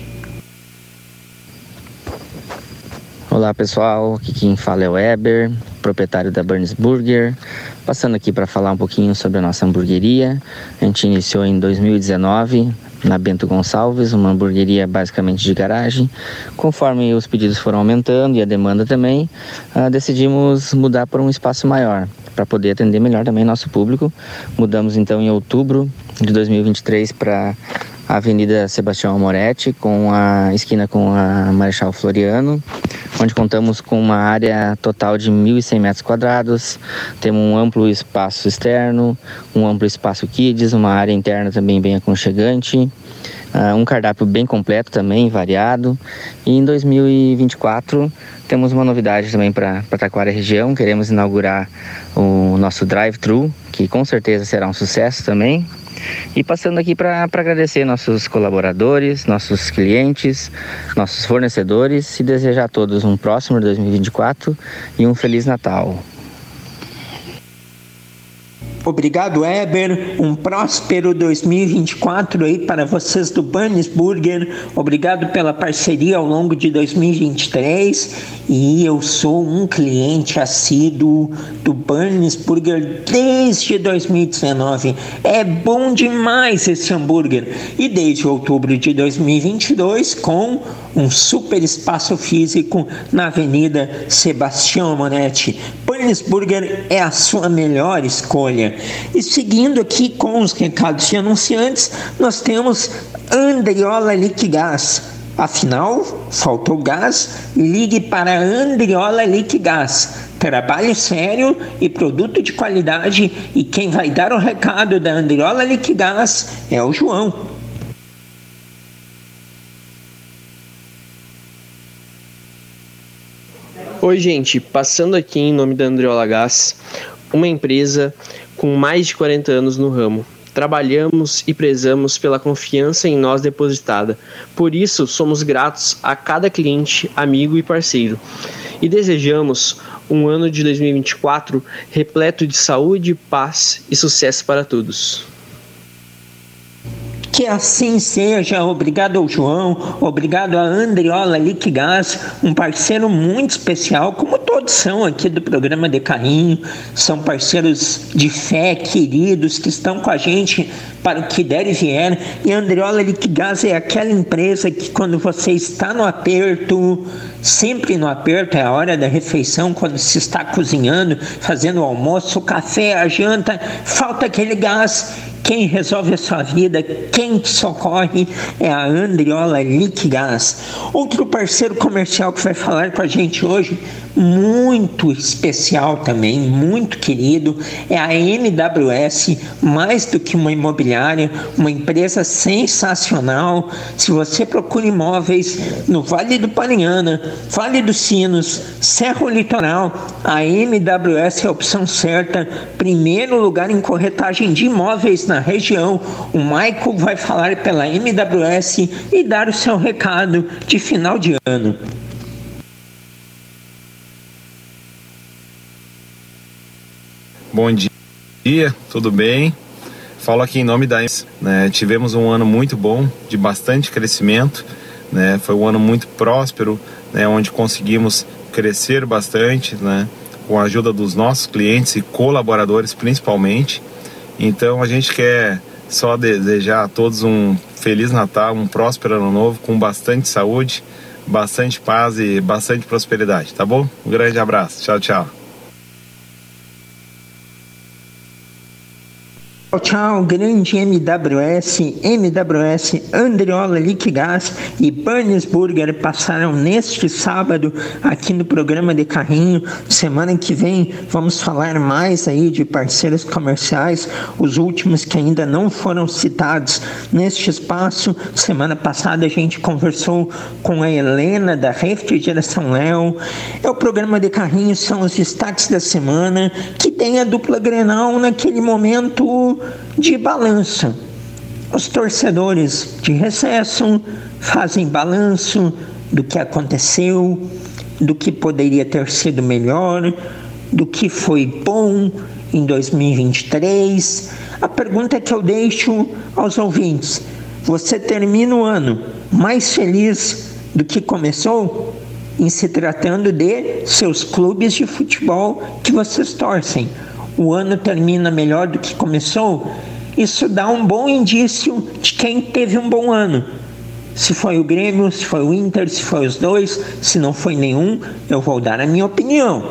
Olá pessoal, aqui quem fala é o Eber, proprietário da Burns Burger, passando aqui para falar um pouquinho sobre a nossa hamburgueria. A gente iniciou em dois mil e dezenove na Bento Gonçalves, uma hamburgueria basicamente de garagem. Conforme os pedidos foram aumentando e a demanda também, uh, decidimos mudar para um espaço maior, para poder atender melhor também nosso público. Mudamos então em outubro de dois mil e vinte e três para a Avenida Sebastião Moretti, com a esquina com a Marechal Floriano, onde contamos com uma área total de mil e cem metros quadrados, temos um amplo espaço externo, um amplo espaço kids, uma área interna também bem aconchegante, uh, um cardápio bem completo também, variado. E em dois mil e vinte e quatro temos uma novidade também para Taquara região, queremos inaugurar o nosso drive-thru, que com certeza será um sucesso também. E passando aqui para agradecer nossos colaboradores, nossos clientes, nossos fornecedores e desejar a todos um próximo dois mil e vinte e quatro e um Feliz Natal. Obrigado, Eber. Um próspero dois mil e vinte e quatro aí para vocês do Burns Burger. Obrigado pela parceria ao longo de dois mil e vinte e três. E eu sou um cliente assíduo do Burns Burger desde dois mil e dezenove. É bom demais esse hambúrguer. E desde outubro de dois mil e vinte e dois, com um super espaço físico na Avenida Sebastião Moretti. Burns Burger é a sua melhor escolha. E seguindo aqui com os recados de anunciantes, nós temos Andriola Liquigás. Afinal, faltou gás? Ligue para Andriola Liquigás. Trabalho sério e produto de qualidade, e quem vai dar o recado da Andriola Liquigás é o João. Oi gente, passando aqui em nome da Andriola Gás, uma empresa com mais de quarenta anos no ramo. Trabalhamos e prezamos pela confiança em nós depositada. Por isso, somos gratos a cada cliente, amigo e parceiro. E desejamos um ano de dois mil e vinte e quatro repleto de saúde, paz e sucesso para todos. Que assim seja. Obrigado ao João, obrigado a Andriola Liquigás, um parceiro muito especial, como todos são aqui do programa De Carrinho. São parceiros de fé, queridos, que estão com a gente para o que der e vier. E a Andriola Liquigás é aquela empresa que, quando você está no aperto, sempre no aperto, é a hora da refeição, quando se está cozinhando, fazendo o almoço, o café, a janta, falta aquele gás. Quem resolve a sua vida, quem te socorre é a Andriola Liquigás. Outro parceiro comercial que vai falar com a gente hoje, muito especial também, muito querido, é a M W S, mais do que uma imobiliária, uma empresa sensacional. Se você procura imóveis no Vale do Paranhana, Vale dos Sinos, Serra Litoral, a M W S é a opção certa. Primeiro lugar em corretagem de imóveis na região. O Michael vai falar pela M W S e dar o seu recado de final de ano. Bom dia, tudo bem? Falo aqui em nome da né, tivemos um ano muito bom, de bastante crescimento, né? Foi um ano muito próspero, né? Onde conseguimos crescer bastante, né? Com a ajuda dos nossos clientes e colaboradores principalmente. Então a gente quer só desejar a todos um Feliz Natal, um próspero Ano Novo, com bastante saúde, bastante paz e bastante prosperidade, tá bom? Um grande abraço, tchau, tchau. Tchau, tchau, grande M W S, M W S, Andreola Liquigás e Burns Burger passaram neste sábado aqui no programa de carrinho. Semana que vem vamos falar mais aí de parceiros comerciais, os últimos que ainda não foram citados neste espaço. Semana passada a gente conversou com a Helena da Refrigeração Léo. É o programa de carrinho, são os destaques da semana, que tem a dupla Grenal naquele momento de balanço. Os torcedores de recesso fazem balanço do que aconteceu, do que poderia ter sido melhor, do que foi bom em dois mil e vinte e três. A pergunta que eu deixo aos ouvintes: você termina o ano mais feliz do que começou? Em se tratando de seus clubes de futebol que vocês torcem, o ano termina melhor do que começou? Isso dá um bom indício de quem teve um bom ano. Se foi o Grêmio, se foi o Inter, se foi os dois, se não foi nenhum, eu vou dar a minha opinião.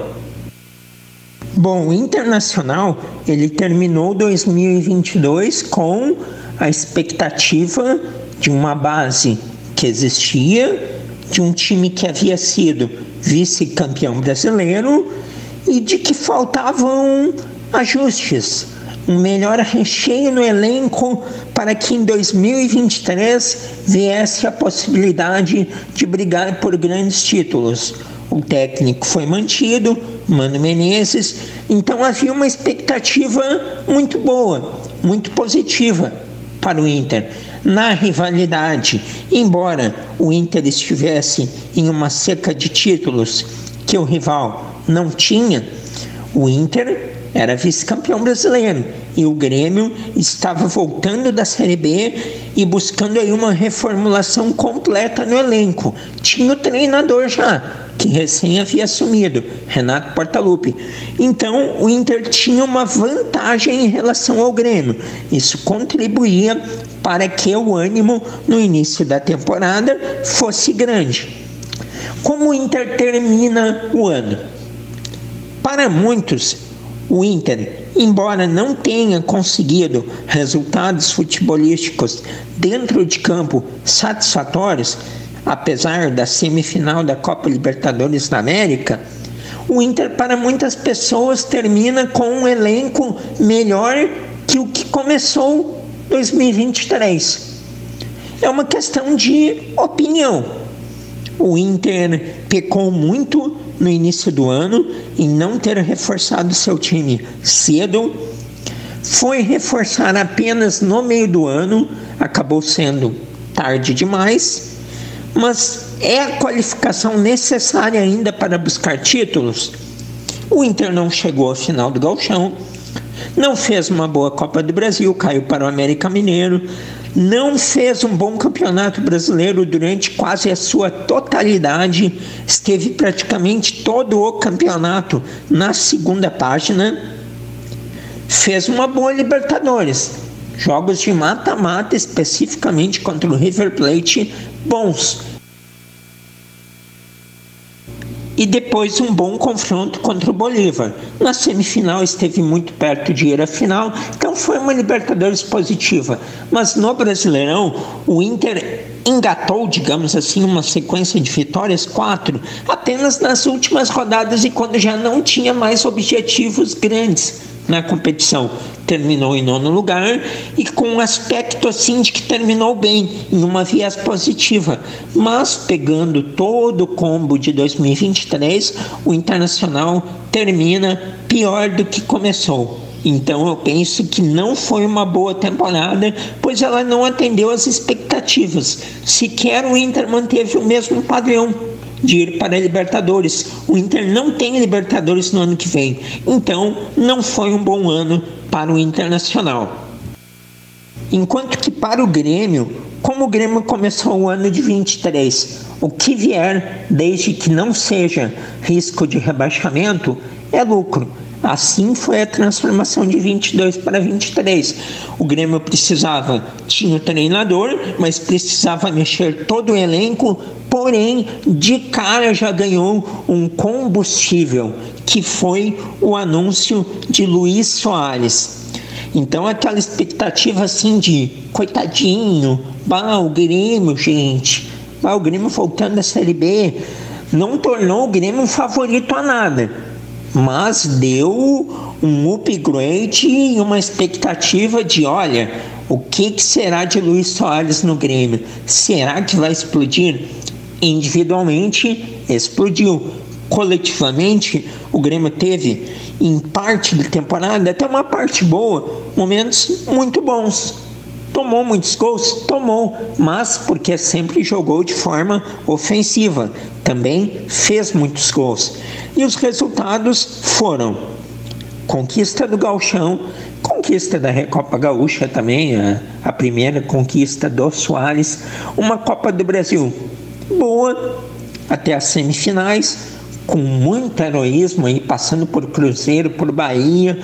Bom, o Internacional, ele terminou dois mil e vinte e dois com a expectativa de uma base que existia, de um time que havia sido vice-campeão brasileiro e de que faltavam ajustes, um melhor recheio no elenco para que em dois mil e vinte e três viesse a possibilidade de brigar por grandes títulos. O técnico foi mantido, Mano Menezes, então havia uma expectativa muito boa, muito positiva para o Inter. Na rivalidade, embora o Inter estivesse em uma seca de títulos que o rival não tinha, o Inter era vice-campeão brasileiro e o Grêmio estava voltando da Série B e buscando aí uma reformulação completa no elenco. Tinha o treinador já, que recém havia assumido, Renato Portaluppi. Então o Inter tinha uma vantagem em relação ao Grêmio. Isso contribuía para que o ânimo no início da temporada fosse grande. Como o Inter termina o ano? Para muitos, o Inter, embora não tenha conseguido resultados futebolísticos dentro de campo satisfatórios, apesar da semifinal da Copa Libertadores da América, o Inter, para muitas pessoas, termina com um elenco melhor que o que começou dois mil e vinte e três. É uma questão de opinião. O Inter pecou muito no início do ano em não ter reforçado seu time cedo, foi reforçar apenas no meio do ano, acabou sendo tarde demais, mas é a qualificação necessária ainda para buscar títulos. O Inter não chegou à final do Gauchão, não fez uma boa Copa do Brasil, caiu para o América Mineiro, não fez um bom campeonato brasileiro durante quase a sua totalidade, esteve praticamente todo o campeonato na segunda página, fez uma boa Libertadores, jogos de mata-mata, especificamente contra o River Plate, bons. E depois um bom confronto contra o Bolívar. Na semifinal esteve muito perto de ir à final, então foi uma Libertadores positiva. Mas no Brasileirão, o Inter engatou, digamos assim, uma sequência de vitórias, quatro, apenas nas últimas rodadas e quando já não tinha mais objetivos grandes na competição. Terminou em nono lugar e com um aspecto assim de que terminou bem, em uma viés positiva. Mas pegando todo o combo de dois mil e vinte e três, o Internacional termina pior do que começou. Então eu penso que não foi uma boa temporada, pois ela não atendeu às expectativas. Sequer o Inter manteve o mesmo padrão de ir para a Libertadores. O Inter não tem Libertadores no ano que vem, então não foi um bom ano para o Internacional. Enquanto que para o Grêmio, como o Grêmio começou o ano de vinte e três, o que vier, desde que não seja risco de rebaixamento, é lucro. Assim foi a transformação de vinte e dois para vinte e três. O Grêmio precisava, tinha o treinador, mas precisava mexer todo o elenco, porém, de cara já ganhou um combustível, que foi o anúncio de Luís Soares. Então aquela expectativa assim de, coitadinho, bah, o Grêmio, gente, bah, o Grêmio voltando da Série B, não tornou o Grêmio favorito a nada, mas deu um upgrade e uma expectativa de, olha, o que, que será de Luís Soares no Grêmio? Será que vai explodir? Individualmente, explodiu. Coletivamente, o Grêmio teve, em parte da temporada, até uma parte boa, momentos muito bons. Tomou muitos gols? Tomou, mas porque sempre jogou de forma ofensiva. Também fez muitos gols. E os resultados foram conquista do Gauchão, conquista da Recopa Gaúcha também, a, a primeira conquista do Soares, uma Copa do Brasil boa, até as semifinais, com muito heroísmo, aí, passando por Cruzeiro, por Bahia,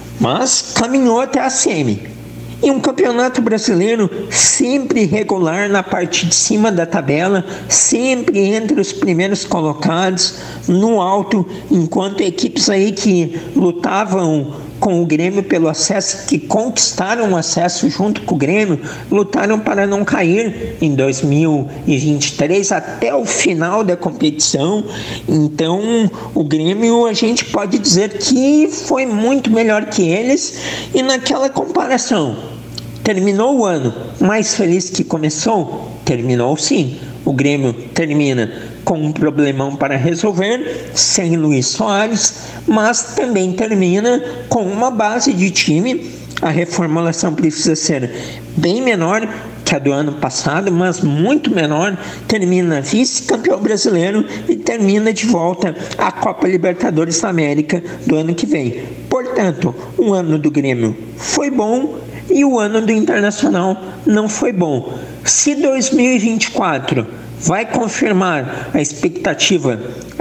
mas caminhou até a semi. E um campeonato brasileiro sempre regular na parte de cima da tabela, sempre entre os primeiros colocados, no alto, enquanto equipes aí que lutavam com o Grêmio pelo acesso, que conquistaram o acesso junto com o Grêmio, lutaram para não cair em dois mil e vinte e três até o final da competição. Então o Grêmio, a gente pode dizer que foi muito melhor que eles, e naquela comparação, terminou o ano mais feliz que começou? Terminou sim. O Grêmio termina com um problemão para resolver, sem Luís Soares, mas também termina com uma base de time. A reformulação precisa ser bem menor que a do ano passado, mas muito menor. Termina vice-campeão brasileiro e termina de volta a Copa Libertadores da América do ano que vem. Portanto, o ano do Grêmio foi bom e o ano do Internacional não foi bom. Se dois mil e vinte e quatro vai confirmar a expectativa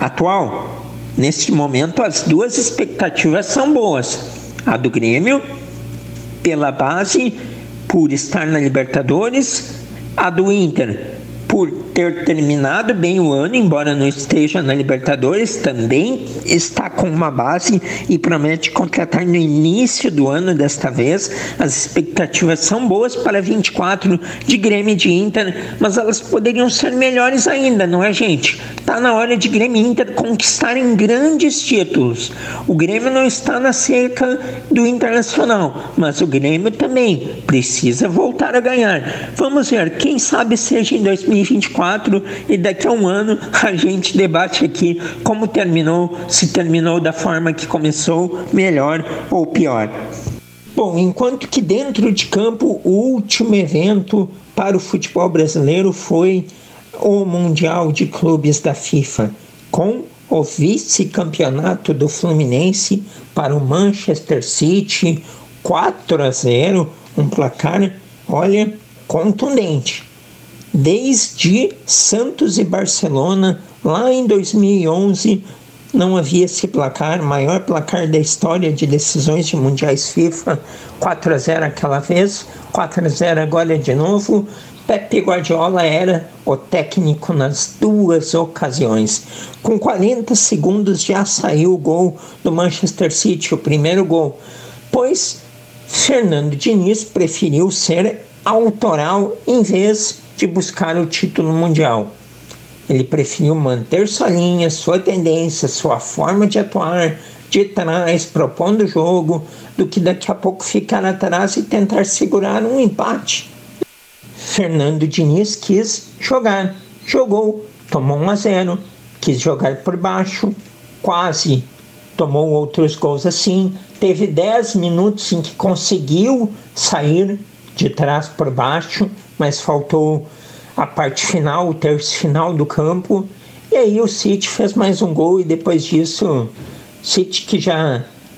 atual, neste momento as duas expectativas são boas. A do Grêmio, pela base, por estar na Libertadores, a do Inter, por ter terminado bem o ano, embora não esteja na Libertadores, também está com uma base e promete contratar no início do ano desta vez. As expectativas são boas para vinte e quatro de Grêmio e de Inter, mas elas poderiam ser melhores ainda, não é, gente? Está na hora de Grêmio e Inter conquistarem grandes títulos. O Grêmio não está na cerca do Internacional, mas o Grêmio também precisa voltar a ganhar. Vamos ver, quem sabe seja em dois mil e vinte e quatro e daqui a um ano a gente debate aqui como terminou, se terminou da forma que começou, melhor ou pior. Bom, enquanto que dentro de campo o último evento para o futebol brasileiro foi o Mundial de Clubes da FIFA, com o vice-campeonato do Fluminense para o Manchester City, quatro a zero, um placar, olha, contundente. Desde Santos e Barcelona, lá em dois mil e onze, não havia esse placar, maior placar da história de decisões de mundiais FIFA, quatro a zero aquela vez, quatro a zero agora de novo. Pepe Guardiola era o técnico nas duas ocasiões. Com quarenta segundos já saiu o gol do Manchester City, o primeiro gol, pois Fernando Diniz preferiu ser autoral em vez de buscar o título mundial. Ele preferiu manter sua linha, sua tendência, sua forma de atuar de trás, propondo o jogo, do que daqui a pouco ficar atrás e tentar segurar um empate. Fernando Diniz quis jogar, jogou, tomou um a zero, quis jogar por baixo, quase tomou outros gols assim, teve dez minutos em que conseguiu sair de trás por baixo, mas faltou a parte final, o terço final do campo, e aí o City fez mais um gol, e depois disso, City que já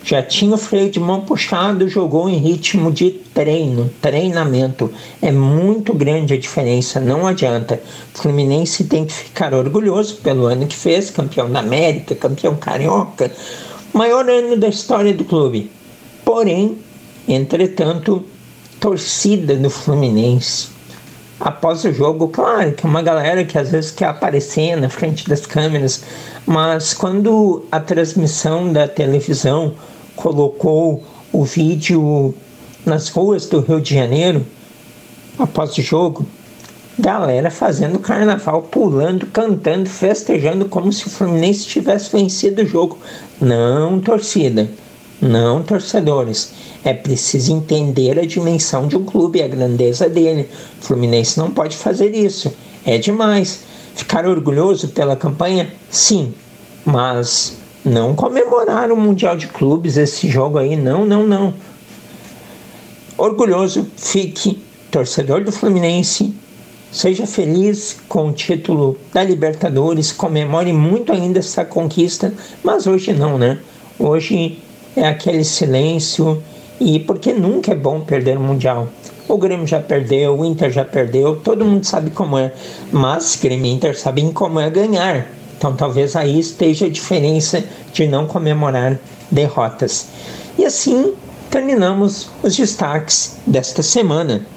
Já tinha o freio de mão puxado, jogou em ritmo de treino, treinamento. É muito grande a diferença, não adianta. O Fluminense tem que ficar orgulhoso pelo ano que fez, campeão da América, campeão carioca, maior ano da história do clube. Porém, entretanto, torcida do Fluminense, após o jogo, claro que é uma galera que às vezes quer aparecer na frente das câmeras, mas quando a transmissão da televisão colocou o vídeo nas ruas do Rio de Janeiro, após o jogo, galera fazendo carnaval, pulando, cantando, festejando como se o Fluminense tivesse vencido o jogo. Não, torcida, não, torcedores. É preciso entender a dimensão de um clube, a grandeza dele. O Fluminense não pode fazer isso. É demais. Ficar orgulhoso pela campanha? Sim, mas não comemorar o Mundial de Clubes, esse jogo aí, não, não, não. Orgulhoso, fique, torcedor do Fluminense, seja feliz com o título da Libertadores, comemore muito ainda essa conquista, mas hoje não, né? Hoje é aquele silêncio, e porque nunca é bom perder o Mundial. O Grêmio já perdeu, o Inter já perdeu, todo mundo sabe como é, mas Grêmio e Inter sabem como é ganhar. Então talvez aí esteja a diferença de não comemorar derrotas. E assim terminamos os destaques desta semana.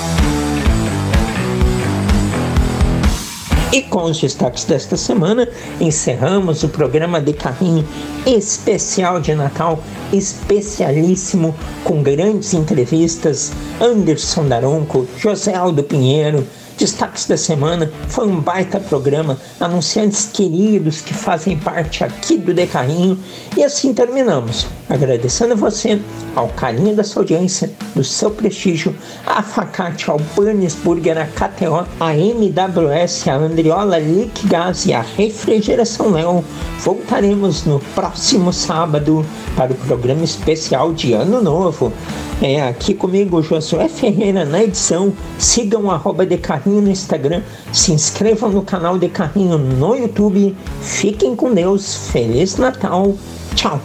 E com os destaques desta semana, encerramos o programa de carrinho especial de Natal, especialíssimo, com grandes entrevistas, Anderson Daronco, José Aldo Pinheiro. Destaques da semana, foi um baita programa, anunciantes queridos que fazem parte aqui do De Carrinho, e assim terminamos, agradecendo a você, ao carinho da sua audiência, do seu prestígio, a Facate, ao Burnes Burger, a K T O, a M W S, a Andriola Liquigás e a Refrigeração Léo. Voltaremos no próximo sábado para o programa especial de Ano Novo. É aqui comigo, Josué Ferreira, na edição. Sigam o arroba De Carrinho no Instagram, se inscrevam no canal De Carrinho no YouTube. Fiquem com Deus, Feliz Natal, tchau!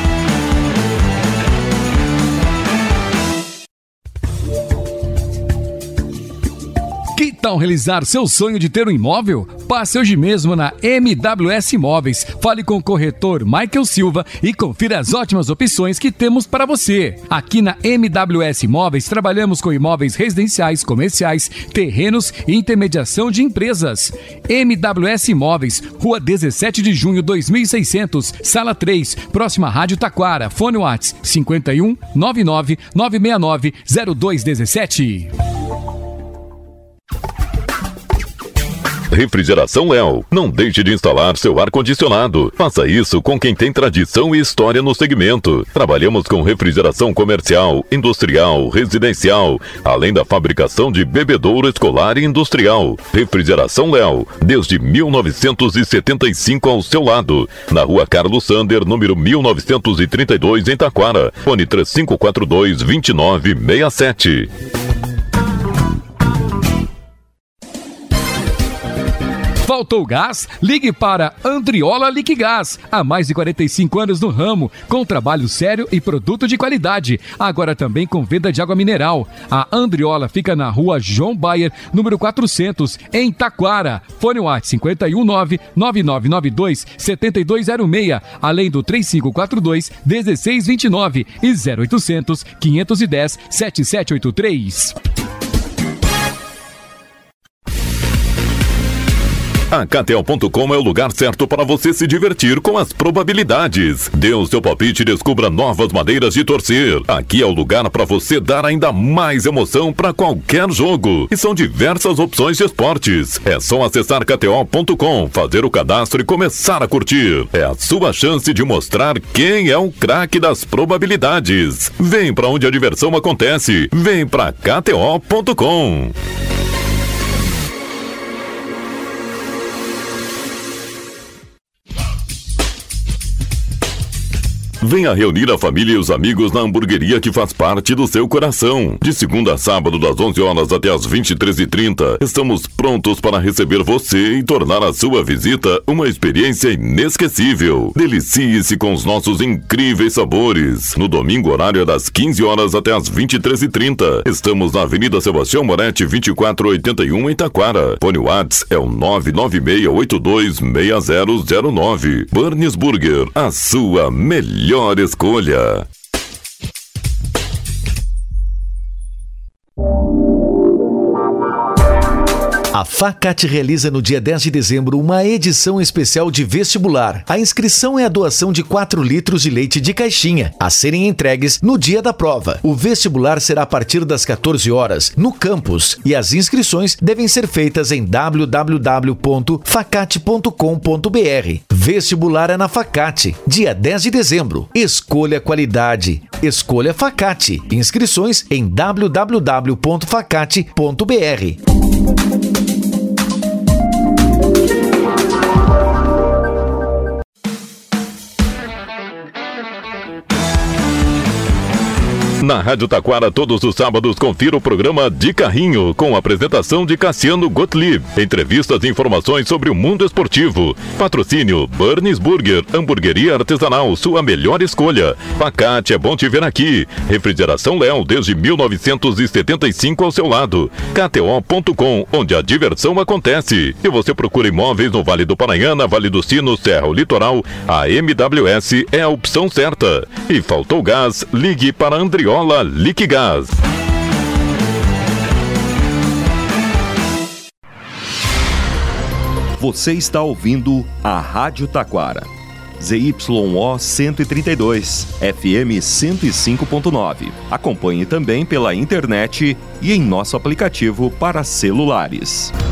Que tal realizar seu sonho de ter um imóvel? Passe hoje mesmo na M W S Imóveis. Fale com o corretor Michael Silva e confira as ótimas opções que temos para você. Aqui na M W S Imóveis trabalhamos com imóveis residenciais, comerciais, terrenos e intermediação de empresas. M W S Imóveis, Rua dezessete de junho, dois mil e seiscentos, Sala três, próxima à Rádio Taquara. Fone WhatsApp cinco um nove nove nove seis nove zero dois um sete. Refrigeração Léo. Não deixe de instalar seu ar-condicionado. Faça isso com quem tem tradição e história no segmento. Trabalhamos com refrigeração comercial, industrial, residencial, além da fabricação de bebedouro escolar e industrial. Refrigeração Léo, desde mil novecentos e setenta e cinco ao seu lado. Na Rua Carlos Sander, número mil novecentos e trinta e dois, em Taquara. Fone três cinco quatro dois, dois nove seis sete. Faltou gás? Ligue para Andriola Liquigás. Há mais de quarenta e cinco anos no ramo, com trabalho sério e produto de qualidade. Agora também com venda de água mineral. A Andriola fica na Rua João Baier, número quatrocentos, em Taquara. Fone WhatsApp cinco um nove nove nove nove dois sete dois zero seis, além do três cinco quatro dois um seis dois nove e zero oitocentos, quinhentos e dez, setenta e sete oitenta e três. A K T O ponto com é o lugar certo para você se divertir com as probabilidades. Dê o seu palpite e descubra novas maneiras de torcer. Aqui é o lugar para você dar ainda mais emoção para qualquer jogo. E são diversas opções de esportes. É só acessar K T O ponto com, fazer o cadastro e começar a curtir. É a sua chance de mostrar quem é o craque das probabilidades. Vem para onde a diversão acontece. Vem para K T O ponto com. Venha reunir a família e os amigos na hamburgueria que faz parte do seu coração. De segunda a sábado, das onze horas até as vinte e três e trinta, estamos prontos para receber você e tornar a sua visita uma experiência inesquecível. Delicie-se com os nossos incríveis sabores. No domingo, horário é das quinze horas até as vinte e três e trinta. Estamos na Avenida Sebastião Moretti, vinte e quatro oitenta e um, em Taquara. Fone WhatsApp é o nove nove seis oito dois seis zero zero nove. Burns Burger, a sua melhor escolha. A Facate realiza no dia dez de dezembro uma edição especial de vestibular. A inscrição é a doação de quatro litros de leite de caixinha, a serem entregues no dia da prova. O vestibular será a partir das quatorze horas, no campus, e as inscrições devem ser feitas em w w w ponto facate ponto com ponto b r. Vestibular é na Facate, dia dez de dezembro. Escolha qualidade. Escolha Facate. Inscrições em w w w ponto facate ponto b r. Na Rádio Taquara, todos os sábados, confira o programa De Carrinho, com a apresentação de Cassiano Gottlieb. Entrevistas e informações sobre o mundo esportivo. Patrocínio Burns Burger, hamburgueria artesanal, sua melhor escolha. Facate, é bom te ver aqui. Refrigeração Léo, desde mil novecentos e setenta e cinco ao seu lado. K T O ponto com, onde a diversão acontece. E você procura imóveis no Vale do Paranhana, Vale do Sino, Serra ou Litoral, a M W S é a opção certa. E faltou gás? Ligue para Andriola Liquigás. Você está ouvindo a Rádio Taquara. Z Y O cento e trinta e dois, F M cento e cinco ponto nove. Acompanhe também pela internet e em nosso aplicativo para celulares.